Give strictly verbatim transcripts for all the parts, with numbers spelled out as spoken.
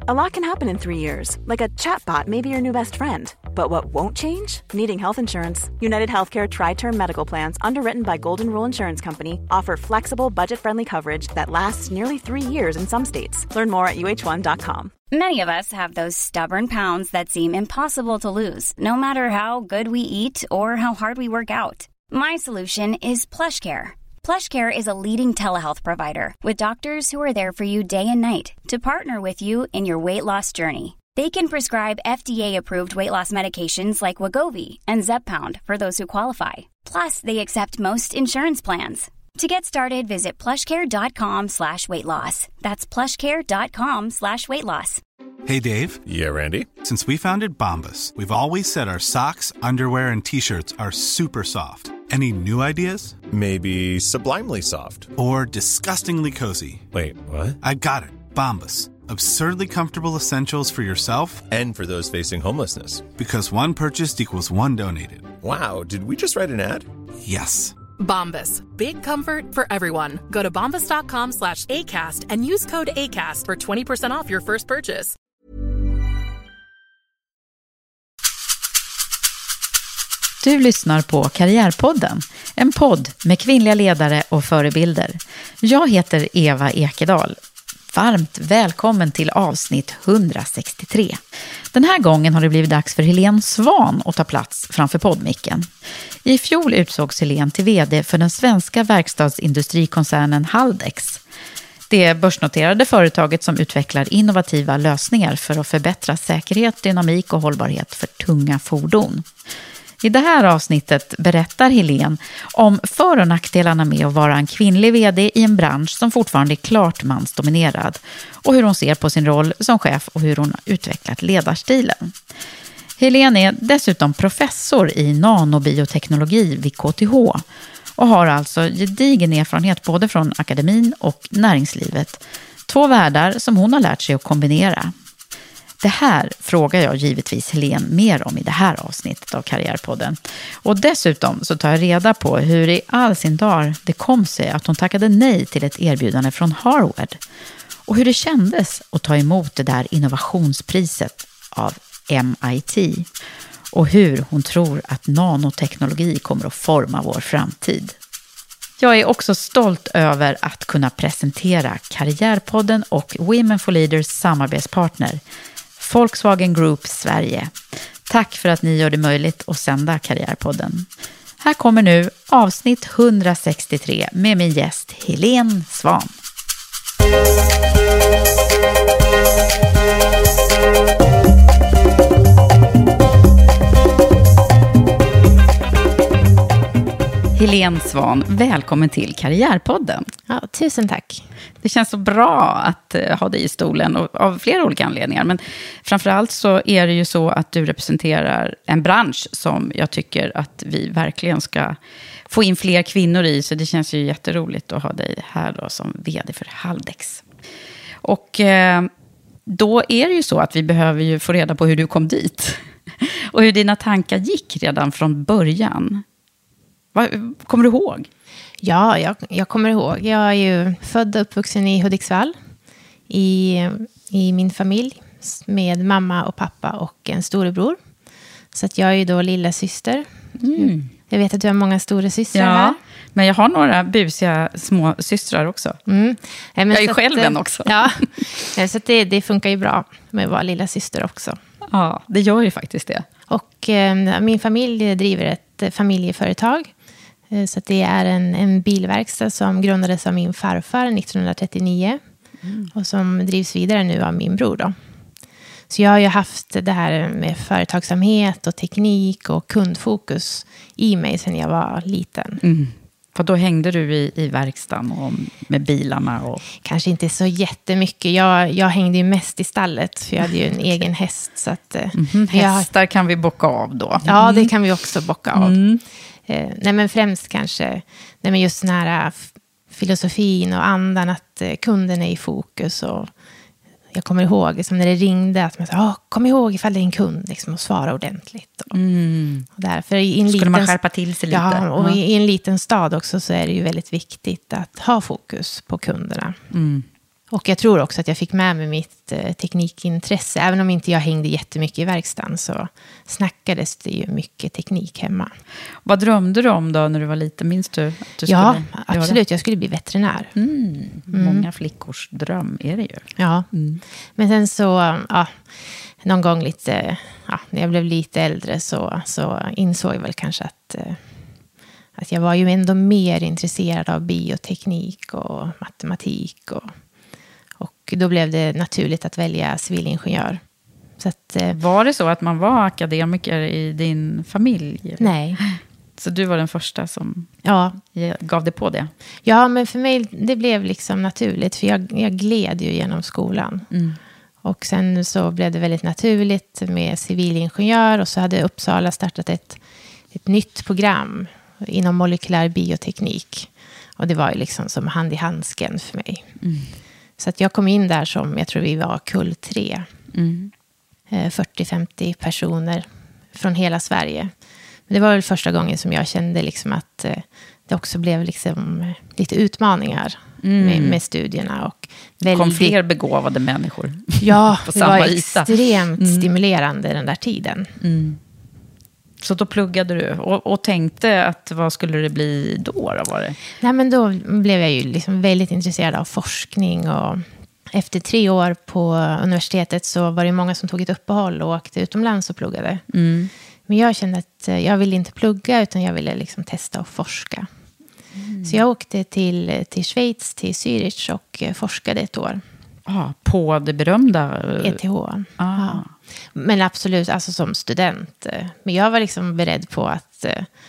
A lot can happen in three years, like a chatbot may be your new best friend. But what won't change? Needing health insurance. United Healthcare Tri-Term Medical Plans, underwritten by Golden Rule Insurance Company, offer flexible, budget-friendly coverage that lasts nearly three years in some states. Learn more at U H one dot com. Many of us have those stubborn pounds that seem impossible to lose, no matter how good we eat or how hard we work out. My solution is PlushCare. PlushCare is a leading telehealth provider with doctors who are there for you day and night to partner with you in your weight loss journey. They can prescribe F D A-approved weight loss medications like Wegovy and Zepbound for those who qualify. Plus, they accept most insurance plans. To get started, visit plushcare.com slash weight loss. That's plushcare.com slash weight loss. Hey, Dave. Yeah, Randy. Since we founded Bombas, we've always said our socks, underwear, and T-shirts are super soft. Any new ideas? Maybe sublimely soft. Or disgustingly cozy. Wait, what? I got it. Bombas. Absurdly comfortable essentials for yourself and for those facing homelessness. Because one purchased equals one donated. Wow, did we just write an ad? Yes. Bombas. Big comfort for everyone. Go to bombas.com slash ACAST and use code ACAST for twenty percent off your first purchase. Du lyssnar på Karriärpodden, en podd med kvinnliga ledare och förebilder. Jag heter Eva Ekedal. Varmt välkommen till avsnitt hundrasextiotre. Den här gången har det blivit dags för Helene Svan att ta plats framför poddmicken. I fjol utsågs Helene till vd för den svenska verkstadsindustrikoncernen Haldex. Det börsnoterade företaget som utvecklar innovativa lösningar för att förbättra säkerhet, dynamik och hållbarhet för tunga fordon. I det här avsnittet berättar Helene om för- och nackdelarna med att vara en kvinnlig vd i en bransch som fortfarande är klart mansdominerad och hur hon ser på sin roll som chef och hur hon har utvecklat ledarstilen. Helene är dessutom professor i nanobioteknologi vid K T H och har alltså gedigen erfarenhet både från akademin och näringslivet. Två världar som hon har lärt sig att kombinera. Det här frågar jag givetvis Helene mer om i det här avsnittet av Karriärpodden. Och dessutom så tar jag reda på hur i all sin dag det kom sig att hon tackade nej till ett erbjudande från Harvard. Och hur det kändes att ta emot det där innovationspriset av M I T. Och hur hon tror att nanoteknologi kommer att forma vår framtid. Jag är också stolt över att kunna presentera Karriärpodden och Women for Leaders samarbetspartner Volkswagen Group Sverige. Tack för att ni gör det möjligt att sända Karriärpodden. Här kommer nu avsnitt hundrasextiotre med min gäst Helene Svan. Helene Svan, välkommen till Karriärpodden. Ja, tusen tack. Det känns så bra att ha dig i stolen och av flera olika anledningar. Men framförallt så är det ju så att du representerar en bransch som jag tycker att vi verkligen ska få in fler kvinnor i. Så det känns ju jätteroligt att ha dig här då som vd för Haldex. Och eh, då är det ju så att vi behöver ju få reda på hur du kom dit. Och hur dina tankar gick redan från början. Kommer du ihåg? Ja, jag, jag kommer ihåg. Jag är ju född och uppvuxen i Hudiksvall. I, I min familj. Med mamma och pappa och en storebror. Så att jag är ju då lilla syster. Mm. Jag vet att du har många stora systrar ja, här. Men jag har några busiga små systrar också. Mm. Ja, men jag är så själv att, en också. Ja, så att det, det funkar ju bra med att vara lilla syster också. Ja, det gör ju faktiskt det. Och eh, min familj driver ett familjeföretag. Så att det är en, en bilverkstad som grundades av min farfar nittonhundratrettionio. Mm. Och som drivs vidare nu av min bror då. Så jag har ju haft det här med företagsamhet och teknik och kundfokus i mig sedan jag var liten. Mm. För då hängde du i, i verkstaden och med bilarna? Och... Kanske inte så jättemycket. Jag, jag hängde ju mest i stallet för jag hade ju en egen häst. Så att, mm-hmm. Hästar jag... kan vi bocka av då? Mm. Ja, det kan vi också bocka av. Mm. Eh, nej men främst kanske nej men just den här f- filosofin och andan att eh, kunden är i fokus. Och jag kommer ihåg liksom, när det ringde att man sa, ah, kom ihåg ifall det är en kund liksom, och svara ordentligt. Och, mm. och därför i en skulle liten, man skärpa till sig lite. Ja, och ja. i, i en liten stad också så är det ju väldigt viktigt att ha fokus på kunderna. Mm. Och jag tror också att jag fick med mig mitt eh, teknikintresse. Även om inte jag hängde jättemycket i verkstaden så snackades det ju mycket teknik hemma. Vad drömde du om då när du var liten? Minns du att du ja, skulle absolut. Jag skulle bli veterinär. Mm. Mm. Många flickors dröm är det ju. Ja, mm. Men sen så, ja, någon gång lite, ja, när jag blev lite äldre så, så insåg jag väl kanske att, eh, att jag var ju ändå mer intresserad av bioteknik och matematik och Och då blev det naturligt att välja civilingenjör. Så att, eh, var det så att man var akademiker i din familj? Nej. Så du var den första som ja. gav det på det? Ja, men för mig det blev liksom naturligt. För jag, jag gled ju genom skolan. Mm. Och sen så blev det väldigt naturligt med civilingenjör. Och så hade Uppsala startat ett, ett nytt program inom molekylär bioteknik. Och det var ju liksom som hand i handsken för mig. Mm. Så att jag kom in där som, jag tror vi var kull tre. Mm. fyrtio till femtio personer från hela Sverige. Men det var väl första gången som jag kände liksom att det också blev liksom lite utmaningar mm. med, med studierna. Och väldigt, kom fler begåvade människor. Ja, på det samma var yta. Extremt mm. stimulerande den där tiden. Mm. Så då pluggade du och, och tänkte att vad skulle det bli då? då var det? Nej, men då blev jag ju liksom väldigt intresserad av forskning. Och efter tre år på universitetet så var det många som tog ett uppehåll och åkte utomlands och pluggade. Mm. Men jag kände att jag ville inte plugga utan jag ville liksom testa och forska. Mm. Så jag åkte till, till Schweiz, till Zürich och forskade ett år. Ah, på det berömda? E T H. Ah. Ja. Men absolut, alltså som student. Men jag var liksom beredd på att,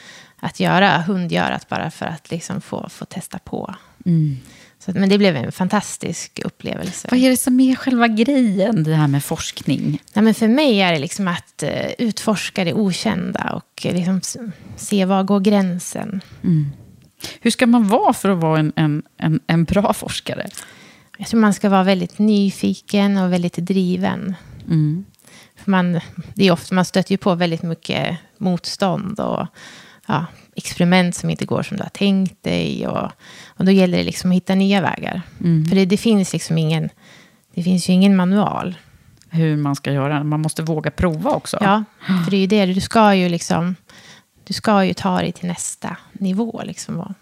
att göra hundgörat bara för att liksom få, få testa på. Mm. Så, men det blev en fantastisk upplevelse. Vad är det som är själva grejen, det här med forskning? Ja, men för mig är det liksom att utforska det okända och liksom se var går gränsen. Mm. Hur ska man vara för att vara en, en, en, en bra forskare? Jag tror man ska vara väldigt nyfiken och väldigt driven. Mm. För man, det är ofta, man stöter ju på väldigt mycket motstånd och ja, experiment som inte går som du har tänkt dig. Och, och då gäller det liksom att hitta nya vägar. Mm. För det, det finns liksom ingen, det finns ju ingen manual. Hur man ska göra, man måste våga prova också. Ja, för det är ju det, du ska ju liksom, du ska ju ta dig till nästa nivå liksom och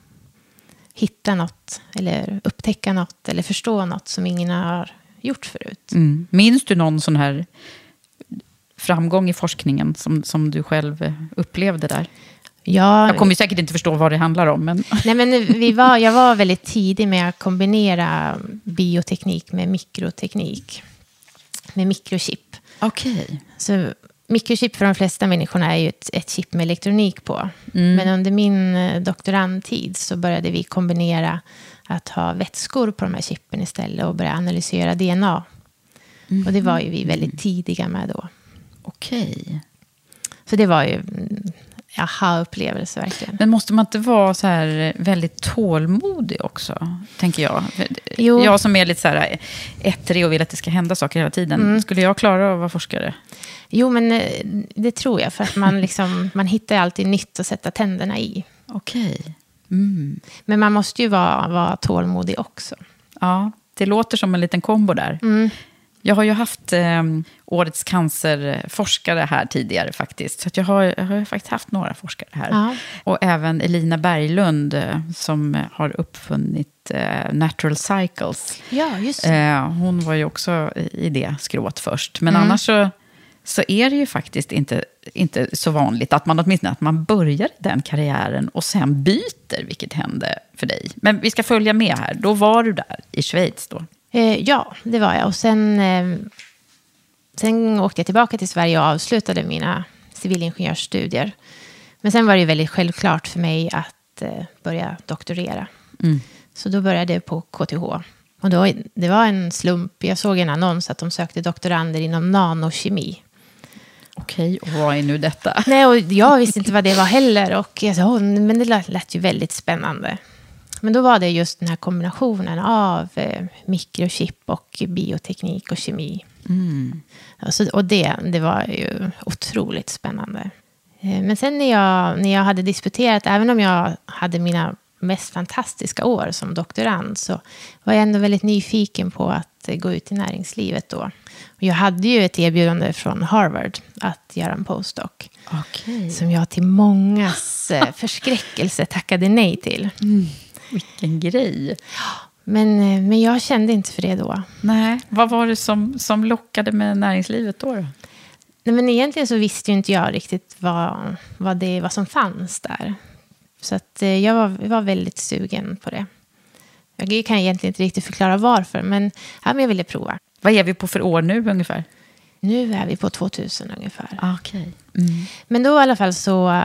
hitta något eller upptäcka något eller förstå något som ingen har gjort förut. Mm. Minns du någon sån här framgång i forskningen som, som du själv upplevde där? Ja, jag kommer ju säkert inte förstå vad det handlar om. Men... Nej, men vi var, jag var väldigt tidig med att kombinera bioteknik med mikroteknik. Med mikrochip. Okej. Okay. Så mikrochip för de flesta människorna är ju ett, ett chip med elektronik på. Mm. Men under min doktorandtid så började vi kombinera att ha vätskor på de här chippen istället och börja analysera D N A. Mm. Och det var ju vi väldigt tidiga med då. Okej. Okay. Så det var ju aha-upplevelse verkligen. Men måste man inte vara så här väldigt tålmodig också, tänker jag? Jo. Jag som är lite så här ettrig och vill att det ska hända saker hela tiden. Mm. Skulle jag klara att vara forskare? Jo, men det tror jag. För att man, liksom, man hittar alltid nytt att sätta tänderna i. Okej. Okay. Mm. Men man måste ju vara, vara tålmodig också. Ja, det låter som en liten kombo där. Mm. Jag har ju haft eh, årets cancerforskare här tidigare faktiskt. Så att jag, har, jag har faktiskt haft några forskare här. Ja. Och även Elina Berglund eh, som har uppfunnit eh, Natural Cycles. Ja, just det. Eh, hon var ju också i det skrået först. Men mm. annars så, så är det ju faktiskt inte, inte så vanligt att man åtminstone att man börjar den karriären och sen byter, vilket hände för dig. Men vi ska följa med här. Då var du där i Schweiz då. Ja, det var jag. Och sen, eh, sen åkte jag tillbaka till Sverige och avslutade mina civilingenjörsstudier. Men sen var det ju väldigt självklart för mig att eh, börja doktorera. Mm. Så då började jag på K T H. Och då, det var en slump. Jag såg en annons att de sökte doktorander inom nanokemi. Okej, och vad är nu detta? Nej, och jag visste inte vad det var heller. Och jag sa, men det lät, lät ju väldigt spännande. Men då var det just den här kombinationen av eh, mikrochip och bioteknik och kemi. Mm. Alltså, och det, det var ju otroligt spännande. Eh, men sen när jag, när jag hade disputerat, även om jag hade mina mest fantastiska år som doktorand så var jag ändå väldigt nyfiken på att gå ut i näringslivet då. Och jag hade ju ett erbjudande från Harvard att göra en postdoc. Okay. Som jag till mångas förskräckelse tackade nej till. Mm. Vilken grej. Men, men jag kände inte för det då. Nej. Vad var det som, som lockade med näringslivet då? då? Nej, men egentligen så visste ju inte jag riktigt vad, vad, det, vad som fanns där. Så att jag var, var väldigt sugen på det. Jag kan egentligen inte riktigt förklara varför, men, ja, men jag ville prova. Vad är vi på för år nu ungefär? Nu är vi på tvåtusen ungefär. Okej. Okay. Mm. Men då i alla fall så,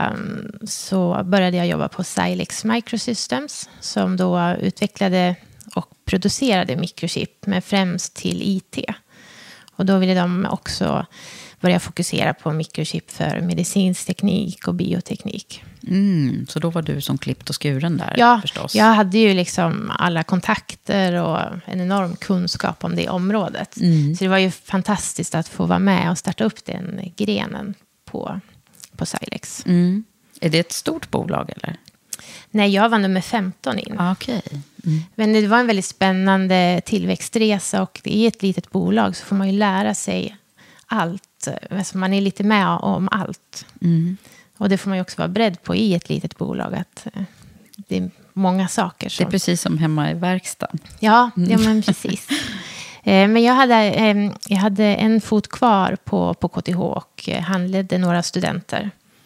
så började jag jobba på Xilinx Microsystems som då utvecklade och producerade mikrochip, men främst till I T. Och då ville de också börja fokusera på mikrochip för medicinsk teknik och bioteknik. Mm, så då var du som klippt och skuren där, ja, förstås. Jag hade ju liksom alla kontakter och en enorm kunskap om det området. Mm. Så det var ju fantastiskt att få vara med och starta upp den grenen på, på Xilinx. Mm. Är det ett stort bolag eller? Nej, jag var nummer femton in. Ah, okay. Mm. Men det var en väldigt spännande tillväxtresa och i ett litet bolag så får man ju lära sig allt. Alltså man är lite med om allt. Mm. Och det får man ju också vara beredd på i ett litet bolag. Att det är många saker. Som... Det är precis som hemma i verkstaden. Ja, mm. ja men precis. Men jag hade, jag hade en fot kvar på, på K T H och handledde några studenter.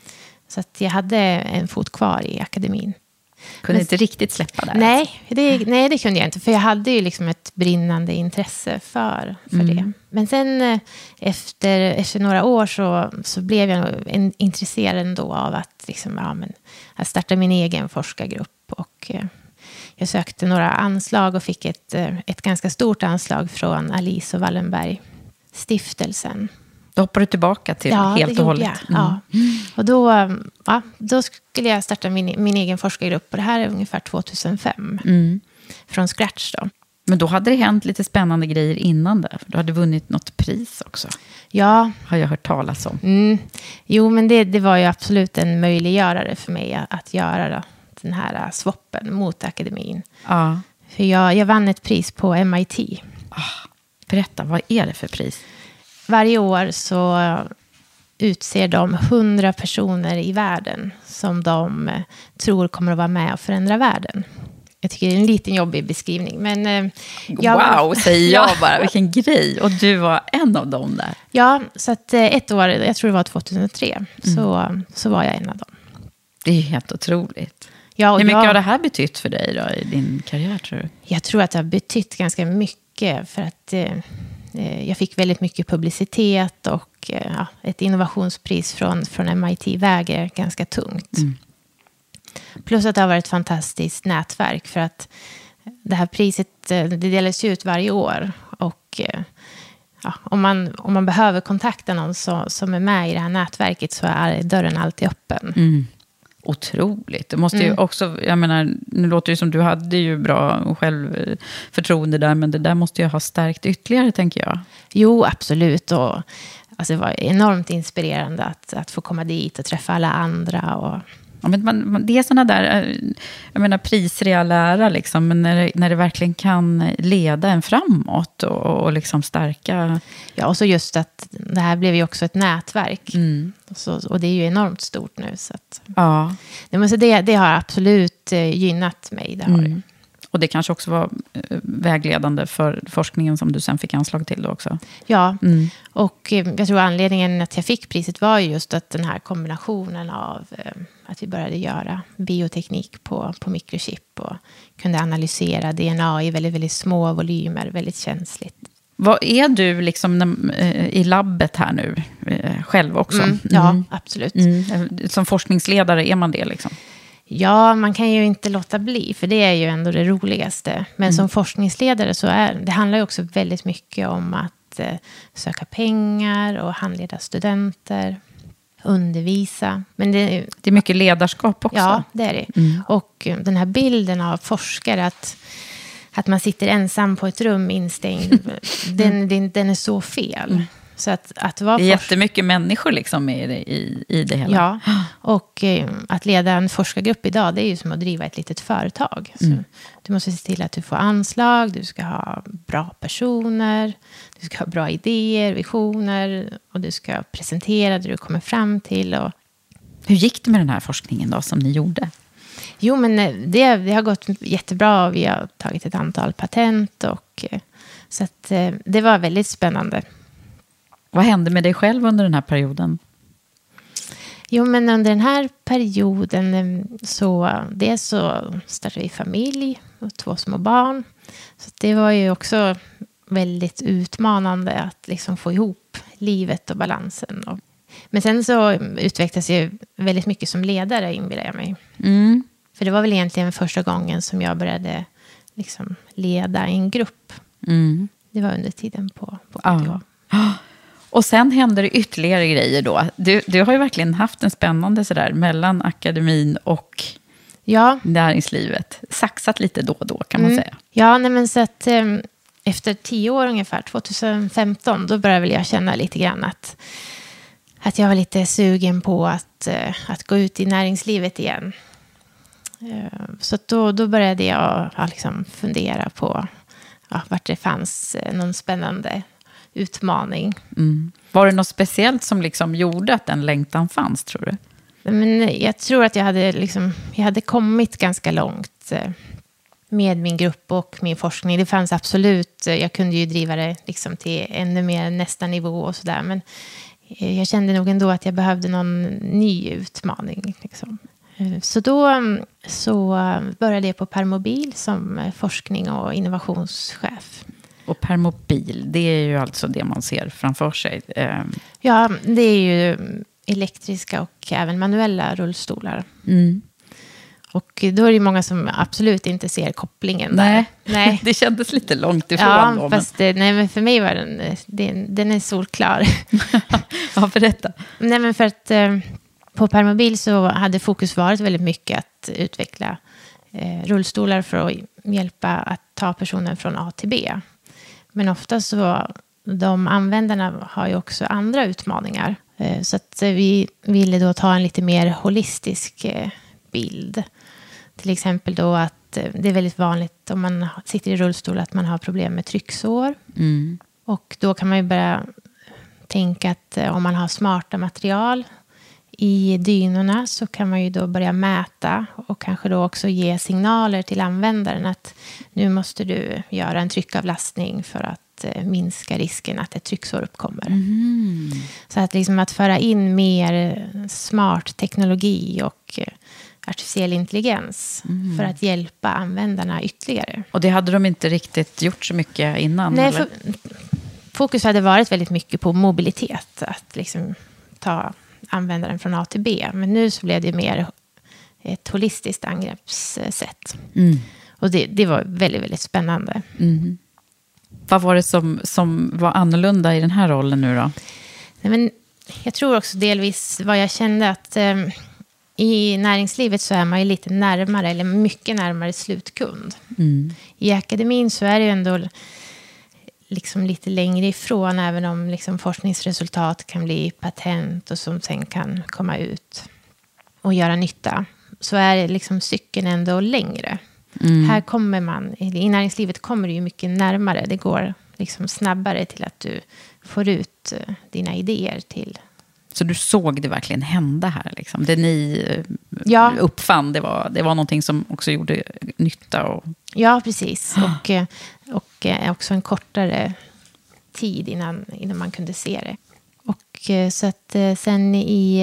Så att jag hade en fot kvar i akademin. Kunde men, inte riktigt släppa det? Nej, alltså. det, nej, det kunde jag inte. För jag hade ju liksom ett brinnande intresse för, för mm. det. Men sen efter, efter några år så, så blev jag en, intresserad ändå av att, liksom, ja, men, att starta min egen forskargrupp. Och eh, jag sökte några anslag och fick ett, ett ganska stort anslag från Alice och Wallenberg stiftelsen. Då hoppar du tillbaka till ja, helt och hållet. Mm. Ja, och då, ja, då skulle jag starta min, min egen forskargrupp. Och det här är ungefär tvåtusenfem. Mm. Från scratch då. Men då hade det hänt lite spännande grejer innan det. För du hade vunnit något pris också. Ja. Har jag hört talas om. Mm. Jo, men det, det var ju absolut en möjliggörare för mig att, att göra då, den här swappen mot akademin. Ja. För jag, jag vann ett pris på M I T. Ah, berätta, vad är det för pris? Varje år så utser de hundra personer i världen som de tror kommer att vara med och förändra världen. Jag tycker det är en liten jobbig beskrivning. Men jag, wow, säger jag bara. Vilken grej. Och du var en av dem där. Ja, så att ett år, jag tror det var tjugohundratre, mm. så, så var jag en av dem. Det är ju helt otroligt. Ja, och hur mycket jag, har det här betytt för dig då, i din karriär, tror du? Jag tror att det har betytt ganska mycket för att... Jag fick väldigt mycket publicitet och ja, ett innovationspris från, från M I T väger ganska tungt. Mm. Plus att det har varit ett fantastiskt nätverk för att det här priset det delas ut varje år. Och ja, om, man, om man behöver kontakta någon så, som är med i det här nätverket så är dörren alltid öppen. Mm. Otroligt. Det måste ju mm. också, jag menar, nu låter det som du hade ju bra självförtroende där, men det där måste ju ha stärkt ytterligare, tänker jag. Jo, absolut. Och, alltså, det var enormt inspirerande att, att få komma dit och träffa alla andra. Och... Ja, men man, det är sådana där, jag menar, priser i all ära, liksom, men när det, när det verkligen kan leda en framåt och, och liksom stärka... Ja, och så just att det här blev ju också ett nätverk. Mm. Och, så, och det är ju enormt stort nu. Så att, ja. det, måste, det, det har absolut gynnat mig. Det har mm. Och det kanske också var vägledande för forskningen som du sen fick anslag till då också. Ja, mm. och jag tror anledningen att jag fick priset var just att den här kombinationen av att vi började göra bioteknik på, på mikrochip och kunde analysera D N A i väldigt, väldigt små volymer, väldigt känsligt. Vad är du liksom i labbet här nu själv också? Mm, ja, mm. absolut. Mm. Som forskningsledare är man det liksom? Ja, man kan ju inte låta bli, för det är ju ändå det roligaste. Men mm. som forskningsledare så är det handlar ju också väldigt mycket om att eh, söka pengar och handleda studenter, undervisa. Men det, det är mycket ledarskap också. Ja, det är det. Mm. Och den här bilden av forskare, att, att man sitter ensam på ett rum instängd, den, den, den är så fel. Så att, att vara det är forsk- jättemycket människor liksom i, i, i det hela. Ja, och eh, att leda en forskargrupp idag, det är ju som att driva ett litet företag. Så Mm. du måste se till att du får anslag, du ska ha bra personer, du ska ha bra idéer, visioner, och du ska presentera det du kommer fram till. Och... Hur gick det med den här forskningen då som ni gjorde? Jo, men det, det har gått jättebra. Vi har tagit ett antal patent, och eh, så att, eh, det var väldigt spännande. Vad hände med dig själv under den här perioden? Jo, men under den här perioden eh, så, det så startade vi familj och två små barn. Så det var ju också väldigt utmanande att liksom få ihop livet och balansen. Och, men sen så utvecklades jag väldigt mycket som ledare, inbillar jag mig. Mm. För det var väl egentligen första gången som jag började liksom leda en grupp. Mm. Det var under tiden på, på Ja. K T H. Och sen hände det ytterligare grejer då. Du, du har ju verkligen haft en spännande sådär mellan akademin och Ja, näringslivet. Saxat lite då och då kan man Mm. säga. ja nej, men så att eh, efter tio år ungefär, tjugohundrafemton, då började väl jag känna lite grann att, att jag var lite sugen på att, eh, att gå ut i näringslivet igen. Eh, så att då, då började jag ja, liksom fundera på ja, vart det fanns eh, någon spännande utmaning. Mm. Var det något speciellt som liksom gjorde att den längtan fanns, tror du? Men jag tror att jag hade, liksom, jag hade kommit ganska långt eh, med min grupp och min forskning. Det fanns absolut, jag kunde ju driva det liksom till ännu mer nästa nivå och sådär. Men eh, jag kände nog ändå att jag behövde någon ny utmaning. Liksom. Eh, Så då så började jag på Permobil som eh, forskning och innovationschef. Och Permobil, det är ju alltså det man ser framför sig. Ehm, Ja, det är ju elektriska och även manuella rullstolar. Mm. Och då är det många som absolut inte ser kopplingen Nej. där. Nej. Det kändes lite långt ifrån Ja, då. Men... fast det, nej, men för mig var den, den, den är solklar. ja, berätta. Nej, men för att eh, på Permobil så hade fokus varit väldigt mycket att utveckla eh, rullstolar för att hjälpa att ta personen från A till B. Men ofta så de användarna har ju också andra utmaningar. Eh, så att vi ville då ta en lite mer holistisk eh, bild. Till exempel då att eh, det är väldigt vanligt om man sitter i rullstol att man har problem med trycksår. Mm. Och då kan man ju börja tänka att eh, om man har smarta material i dynorna så kan man ju då börja mäta och kanske då också ge signaler till användaren att nu måste du göra en tryckavlastning för att eh, minska risken att ett trycksår uppkommer. Mm. Så att liksom att föra in mer smart teknologi och eh, artificiell intelligens Mm. för att hjälpa användarna ytterligare. Och det hade de inte riktigt gjort så mycket innan? Nej, eller? för, fokus hade varit väldigt mycket på mobilitet. Att liksom ta användaren från A till B. Men nu så blev det mer ett holistiskt angreppssätt. Mm. Och det, det var väldigt, väldigt spännande. Mm. Vad var det som, som var annorlunda i den här rollen nu då? Nej, men jag tror också delvis vad jag kände att eh, i näringslivet så är man ju lite närmare, eller mycket närmare slutkund. Mm. I akademin så är det ju ändå liksom lite längre ifrån, även om liksom forskningsresultat kan bli patent och som sen kan komma ut och göra nytta. Så är liksom cykeln ändå längre. Mm. Här kommer man, i näringslivet kommer det ju mycket närmare. Det går liksom snabbare till att du får ut dina idéer till. Så du såg det verkligen hända här? Liksom. Det ni eh, Ja. uppfann, det var, det var någonting som också gjorde nytta? Och... Ja, precis. Och, och också en kortare tid innan, innan man kunde se det. Och så att sen i,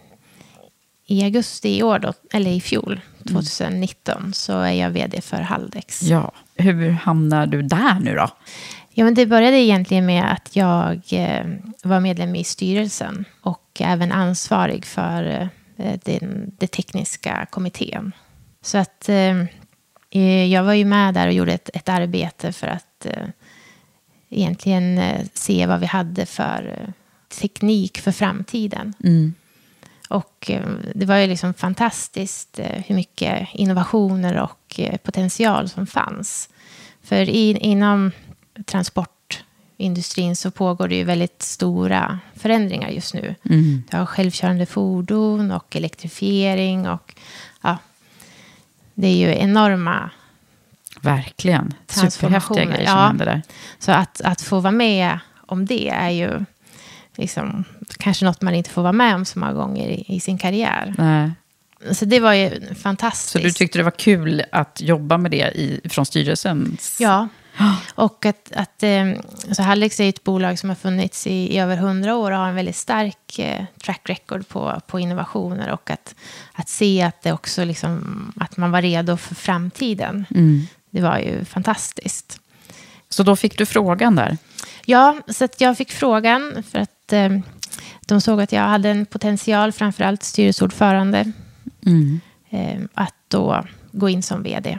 i augusti i år, då, eller i fjol, tjugonitton, så är jag vd för Haldex. Ja, hur hamnar du där nu då? Ja, men det började egentligen med att jag eh, var medlem i styrelsen och även ansvarig för eh, den, den tekniska kommittén. Så att eh, jag var ju med där och gjorde ett, ett arbete för att eh, egentligen eh, se vad vi hade för eh, teknik för framtiden. Mm. Och eh, det var ju liksom fantastiskt eh, hur mycket innovationer och eh, potential som fanns. För i, inom transport industrin så pågår det ju väldigt stora förändringar just nu. Mm. Det har självkörande fordon och elektrifiering och ja, det är ju enorma Verkligen. transformationer. Superhäftiga grejer som Ja. händer där. Så att, att få vara med om det är ju liksom, kanske något man inte får vara med om så många gånger i, i sin karriär. Nej. Så det var ju fantastiskt. Så du tyckte det var kul att jobba med det i, från styrelsen? Ja, och att, att så Haldex är ett bolag som har funnits i, i över hundra år och har en väldigt stark eh, track record på, på innovationer och att, att se att det också liksom, att man var redo för framtiden. Mm. Det var ju fantastiskt. Så då fick du frågan där? Ja, så att jag fick frågan för att eh, de såg att jag hade en potential, framförallt styrelseordförande, Mm. eh, att då gå in som vd.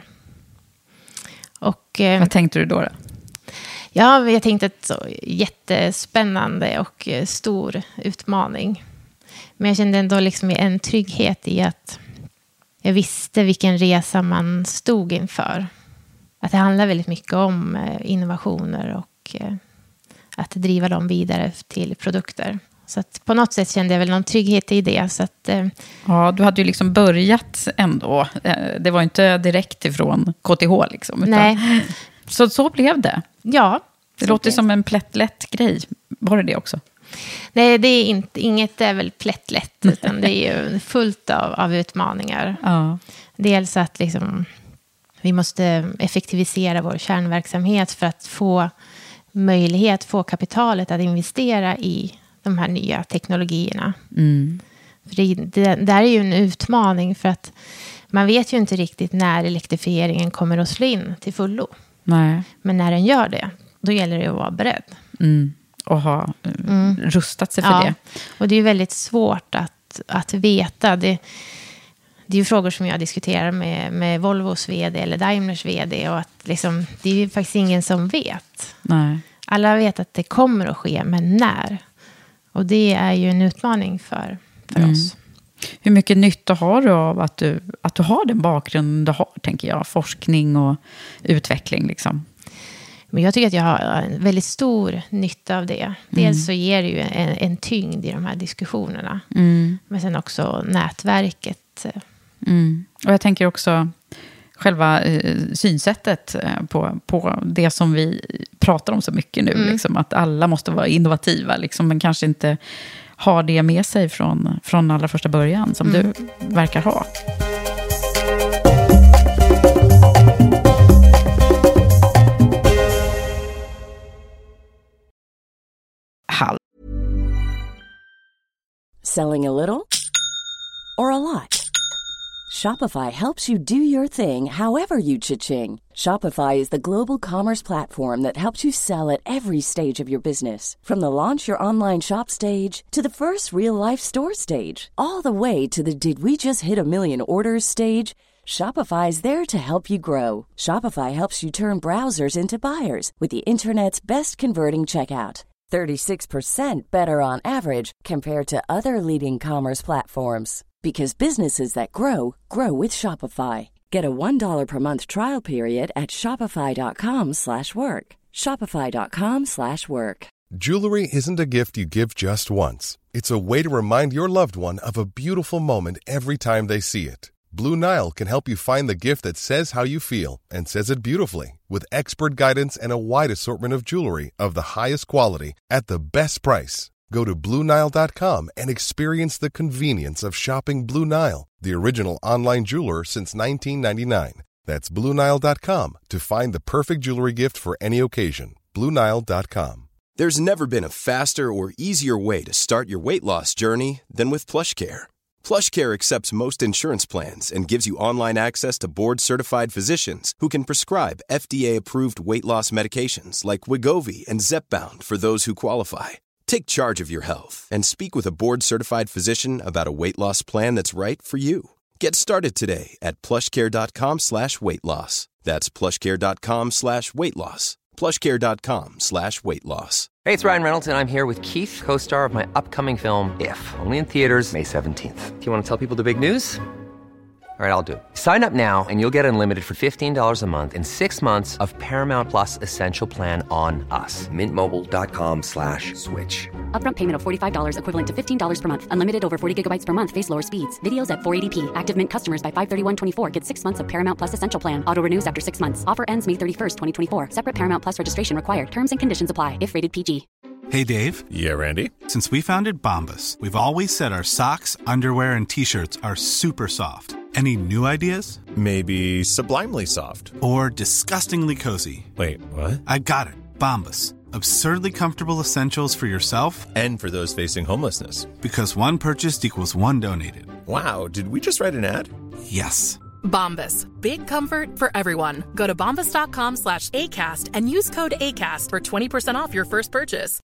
Och, eh, Vad tänkte du då? då? Ja, jag tänkte att så jättespännande och eh, stor utmaning. Men jag kände ändå liksom en trygghet i att jag visste vilken resa man stod inför. Att det handlar väldigt mycket om eh, innovationer och eh, att driva dem vidare till produkter. Så att på något sätt kände jag väl någon trygghet i det. Så att, eh, Ja, du hade ju liksom börjat ändå. Det var inte direkt ifrån K T H liksom. Utan, nej, så, så blev det. ja. Det låter som en plättlätt grej. Var det det också? Nej, det är inte, inget är väl plättlätt, utan det är ju fullt av, av utmaningar. Ja. Dels att liksom, vi måste effektivisera vår kärnverksamhet för att få möjlighet, få kapitalet att investera i de här nya teknologierna. Mm. För det, det, det är ju en utmaning för att man vet ju inte riktigt när elektrifieringen kommer att slå in till fullo. Nej. Men när den gör det, då gäller det att vara beredd. Mm. Och ha uh, Mm. rustat sig för Ja, det. och det är ju väldigt svårt att, att veta. Det, det är ju frågor som jag diskuterar med, med Volvos vd eller Daimlers vd. Och att liksom, det är ju faktiskt ingen som vet. Nej. Alla vet att det kommer att ske, men när? Och det är ju en utmaning för, för Mm. oss. Hur mycket nytta har du av att du, att du har den bakgrunden du har, tänker jag? Forskning och utveckling liksom. Men jag tycker att jag har en väldigt stor nytta av det. Dels mm. så ger det ju en, en tyngd i de här diskussionerna. Mm. Men sen också nätverket. Mm. Och jag tänker också själva eh, synsättet eh, på, på det som vi pratar om så mycket nu. Mm. Liksom, att alla måste vara innovativa, liksom, men kanske inte har det med sig från, från allra första början som mm. du verkar ha. Hall. Selling a little or a lot? Shopify helps you do your thing however you cha-ching. Shopify is the global commerce platform that helps you sell at every stage of your business. From the launch your online shop stage to the first real-life store stage, all the way to the did we just hit a million orders stage. Shopify is there to help you grow. Shopify helps you turn browsers into buyers with the internet's best converting checkout. thirty-six percent better on average compared to other leading commerce platforms. Because businesses that grow, grow with Shopify. Get a one dollar per month trial period at shopify.com slash work. Shopify.com slash work. Jewelry isn't a gift you give just once. It's a way to remind your loved one of a beautiful moment every time they see it. Blue Nile can help you find the gift that says how you feel and says it beautifully, with expert guidance and a wide assortment of jewelry of the highest quality at the best price. Go to blue nile dot com and experience the convenience of shopping Blue Nile, the original online jeweler since nineteen ninety-nine. That's blue nile dot com to find the perfect jewelry gift for any occasion. blue nile dot com. There's never been a faster or easier way to start your weight loss journey than with PlushCare. PlushCare accepts most insurance plans and gives you online access to board-certified physicians who can prescribe F D A-approved weight loss medications like Wegovy and Zepbound for those who qualify. Take charge of your health and speak with a board-certified physician about a weight loss plan that's right for you. Get started today at plushcare.com slash weight loss. That's plushcare.com slash weight loss. plushcare.com slash weight loss. Hey, it's Ryan Reynolds, and I'm here with Keith, co-star of my upcoming film, If, only in theaters May seventeenth. Do you want to tell people the big news? All right, I'll do it. Sign up now and you'll get unlimited for fifteen dollars a month and six months of Paramount Plus Essential Plan on us. Mint Mobile dot com slash switch. Upfront payment of forty-five dollars equivalent to fifteen dollars per month. Unlimited over forty gigabytes per month. Face lower speeds. Videos at four eighty p. Active Mint customers by five thirty-one twenty-four get six months of Paramount Plus Essential Plan. Auto renews after six months. Offer ends May thirty-first, twenty twenty-four. Separate Paramount Plus registration required. Terms and conditions apply if rated P G. Hey, Dave. Yeah, Randy. Since we founded Bombas, we've always said our socks, underwear, and T-shirts are super soft. Any new ideas? Maybe sublimely soft. Or disgustingly cozy. Wait, what? I got it. Bombas. Absurdly comfortable essentials for yourself and for those facing homelessness. Because one purchased equals one donated. Wow, did we just write an ad? Yes. Bombas. Big comfort for everyone. Go to bombas dot com slash ACAST and use code ACAST for twenty percent off your first purchase.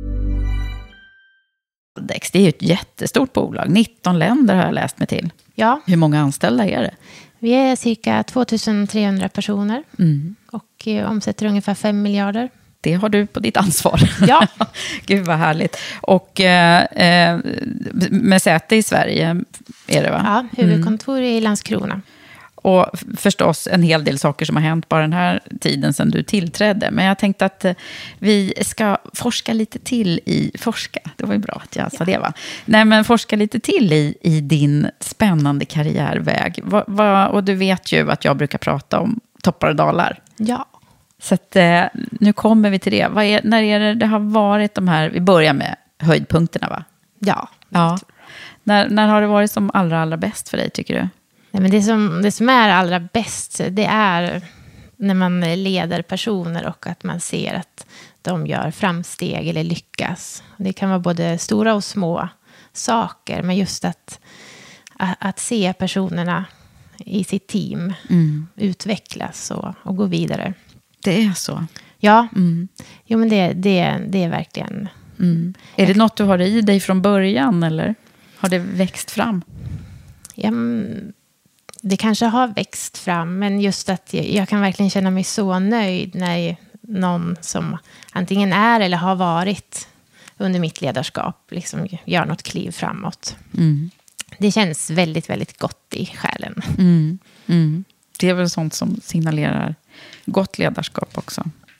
Det är ju ett jättestort bolag. nitton länder har jag läst mig till. Ja. Hur många anställda är det? Vi är cirka tvåtusen trehundra personer Mm. och eh, omsätter ungefär fem miljarder. Det har du på ditt ansvar. Ja. Gud vad härligt. Och eh, med säte i Sverige är det, va? Ja, huvudkontor mm. i Landskrona. Och förstås en hel del saker som har hänt bara den här tiden sedan du tillträdde. Men jag tänkte att vi ska forska lite till i... Forska, det var ju bra att jag sa det, va? Nej, men forska lite till i, i din spännande karriärväg. Va, va, och du vet ju att jag brukar prata om toppar och dalar. Ja. Så att, nu kommer vi till det. Vad är, när är det, det har varit de här... Vi börjar med höjdpunkterna, va? Ja. Ja. När, när har det varit som allra, allra bäst för dig, tycker du? Nej, men det, som, det som är allra bäst, det är när man leder personer och att man ser att de gör framsteg eller lyckas. Det kan vara både stora och små saker, men just att, att, att se personerna i sitt team mm. utvecklas och, och gå vidare. Det är så? Ja, mm. jo, men det, det, det är verkligen... Mm. Är det något du har i dig från början, eller har det växt fram? Ja, det kanske har växt fram, men just att jag, jag kan verkligen känna mig så nöjd när någon som antingen är eller har varit under mitt ledarskap liksom gör något kliv framåt. Mm. Det känns väldigt, väldigt gott i själen. Mm. Mm. Det är väl sånt som signalerar gott ledarskap också.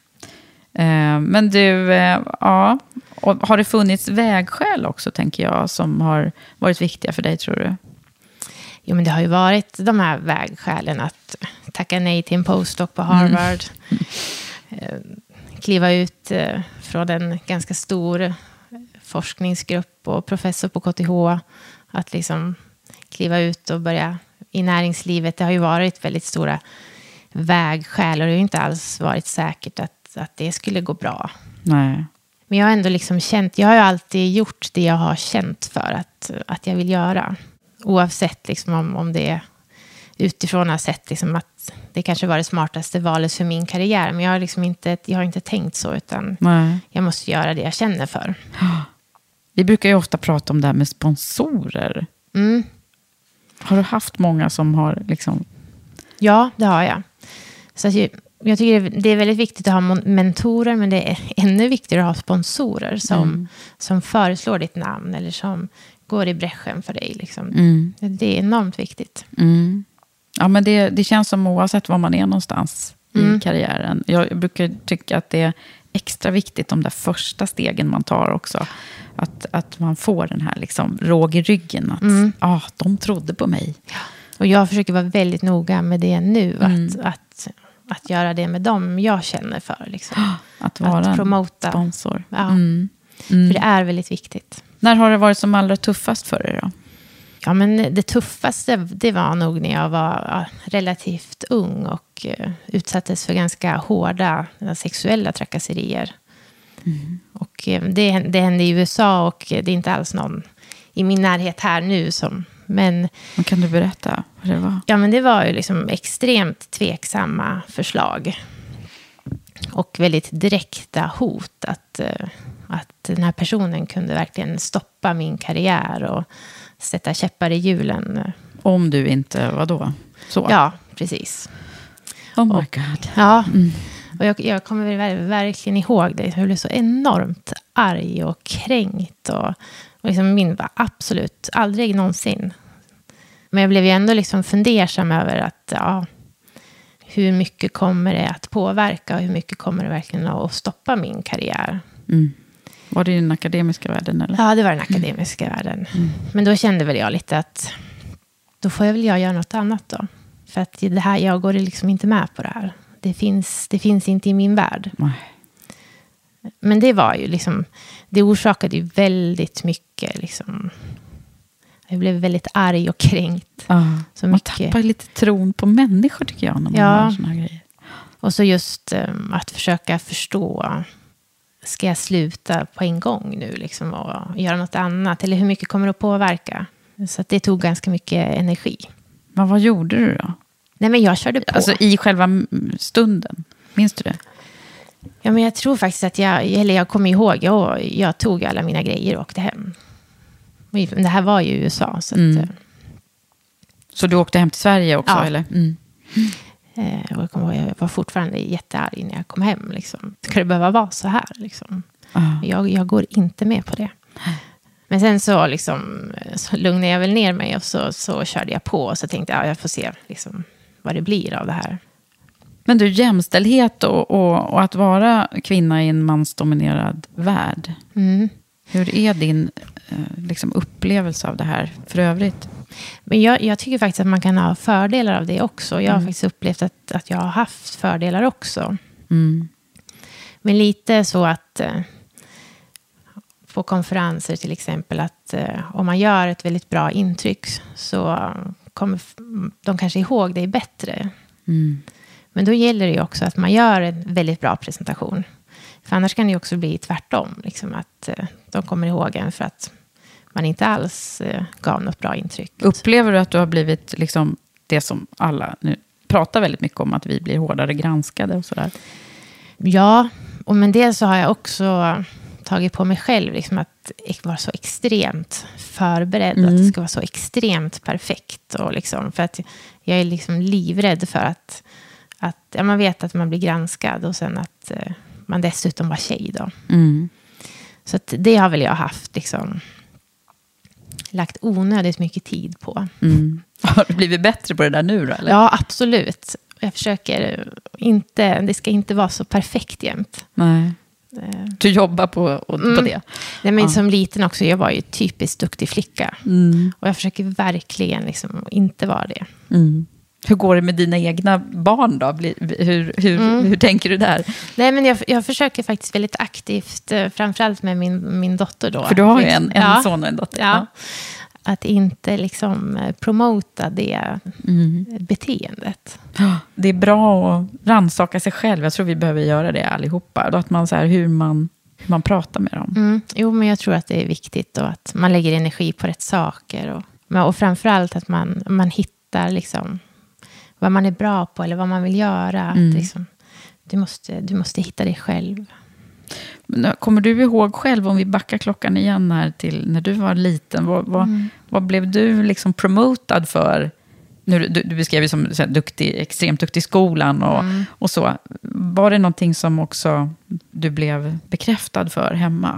Eh, men du, eh, ja, och har det funnits vägskäl också, tänker jag, som har varit viktiga för dig, tror du? Jo, men det har ju varit de här vägskälen att tacka nej till en postdoc på Harvard. Mm. Kliva ut från en ganska stor forskningsgrupp och professor på K T H. Att liksom kliva ut och börja i näringslivet. Det har ju varit väldigt stora vägskäl och det har ju inte alls varit säkert att, att det skulle gå bra. Nej. Men jag har ändå liksom känt, jag har ju alltid gjort det jag har känt för att, att jag vill göra. Oavsett liksom om, om det är utifrån har sett liksom att det kanske var det smartaste valet för min karriär. Men jag har, liksom inte, jag har inte tänkt så, utan Nej. jag måste göra det jag känner för. Vi brukar ju ofta prata om det här med sponsorer. Mm. Har du haft många som har liksom... Ja, det har jag. Så att jag, jag tycker det är väldigt viktigt att ha mentorer, men det är ännu viktigare att ha sponsorer som, mm. som föreslår ditt namn eller som går i bräschen för dig. Liksom. Mm. Det är enormt viktigt. Mm. Ja, men det, det känns som oavsett var man är någonstans mm. i karriären. Jag brukar tycka att det är extra viktigt de där första stegen man tar också. Att, att man får den här liksom råg i ryggen. Att mm. ah, de trodde på mig. Ja. Och jag försöker vara väldigt noga med det nu. Mm. Att, att, att göra det med dem jag känner för. Liksom. Att vara att promota. En sponsor. Ja. Mm. Mm. För det är väldigt viktigt. När har det varit som allra tuffast för dig då? Ja, men det tuffaste, det var nog när jag var relativt ung och uh, utsattes för ganska hårda sexuella trakasserier. Mm. Och uh, det, det hände i U S A och det är inte alls någon i min närhet här nu som... Men, men kan du berätta vad det var? Ja, men det var ju liksom extremt tveksamma förslag. Och väldigt direkta hot att, uh, att den här personen kunde verkligen stoppa min karriär och sätta käppar i hjulen. Om du inte, vadå? Så. Ja, precis. Oh my och, god. Ja, mm. och jag, jag kommer verkligen ihåg det. Jag blev så enormt arg och kränkt. Och, och liksom min var absolut aldrig någonsin Men jag blev ju ändå liksom fundersam över att ja, hur mycket kommer det att påverka och hur mycket kommer det verkligen att stoppa min karriär. Mm. Var det i den akademiska världen? Eller? Ja, det var den akademiska mm. världen. Mm. Men då kände väl jag lite att då får jag väl jag göra något annat då. För att det här, jag går liksom inte med på det här. Det finns, det finns inte i min värld. Nej. Men det var ju liksom, det orsakade ju väldigt mycket liksom. Jag blev väldigt arg och kränkt. Ja, så man mycket. tappar lite tron på människor tycker jag när man ja. gör såna här grejer. Och så just um, att försöka förstå, ska jag sluta på en gång nu liksom, och göra något annat? Eller hur mycket kommer det att påverka? Så att det tog ganska mycket energi. Men vad gjorde du då? Nej, men jag körde på. Alltså i själva stunden, minns du det? Ja, men jag tror faktiskt att jag, eller jag kommer ihåg, jag, jag tog alla mina grejer och åkte hem. Det här var ju i U S A. Så, mm. att, så du åkte hem till Sverige också? Ja. Eller? Mm. Eh, och jag, kommer ihåg, jag var fortfarande jättearg när jag kom hem. Liksom. Ska det behöva vara så här? Liksom? Uh. Jag, jag går inte med på det. Men sen så, liksom, så lugnade jag väl ner mig och så, så körde jag på. Och så tänkte jag, ja, jag får se liksom, vad det blir av det här. Men du, jämställdhet och, och, och att vara kvinna i en mansdominerad värld. Mm. Hur är din eh, liksom upplevelse av det här för övrigt? Men jag, jag tycker faktiskt att man kan ha fördelar av det också. Jag har mm. faktiskt upplevt att, att jag har haft fördelar också. Mm. Men lite så att eh, på konferenser till exempel att eh, om man gör ett väldigt bra intryck så kommer de kanske ihåg dig bättre. Mm. Men då gäller det ju också att man gör en väldigt bra presentation. För annars kan det ju också bli tvärtom. Liksom att eh, de kommer ihåg en för att man inte alls eh, gav något bra intryck. Upplever du att du har blivit liksom det som alla nu pratar väldigt mycket om, att vi blir hårdare granskade och sådär? Ja, och men det så har jag också tagit på mig själv liksom att vara så extremt förberedd. Mm. Att det ska vara så extremt perfekt. Och liksom, för att jag är liksom livrädd för att, att ja, man vet att man blir granskad och sen att eh, man dessutom var tjej då. Mm. Så att det har väl jag haft liksom lagt onödigt mycket tid på. Mm. Har du blivit bättre på det där nu då? Eller? Ja, absolut. Jag försöker inte, det ska inte vara så perfekt jämt. Nej. Du jobbar på, på mm. det? Nej, men ja. Som liten också, jag var ju typiskt duktig flicka. Mm. Och jag försöker verkligen liksom inte vara det. Mm. Hur går det med dina egna barn då? Hur, hur, mm. hur tänker du där? Nej, men jag, jag försöker faktiskt väldigt aktivt, framförallt med min, min dotter då. För du har ju en, en ja. son och en dotter. Ja. Ja. Att inte liksom promota det mm. beteendet. Det är bra att rannsaka sig själv. Jag tror vi behöver göra det allihopa. Då att man så här, hur man hur man pratar med dem. Mm. Jo, men jag tror att det är viktigt och att man lägger energi på rätt saker. Och, och framförallt att man, man hittar liksom vad man är bra på eller vad man vill göra. Mm. Att liksom, du, måste, du måste hitta dig själv. Kommer du ihåg själv, om vi backar klockan igen här till när du var liten, vad, vad, mm. vad blev du liksom promotad för? Nu, du, du beskrev ju som så här, duktig, extremt duktig i skolan och, mm. och så. Var det någonting som också du blev bekräftad för hemma?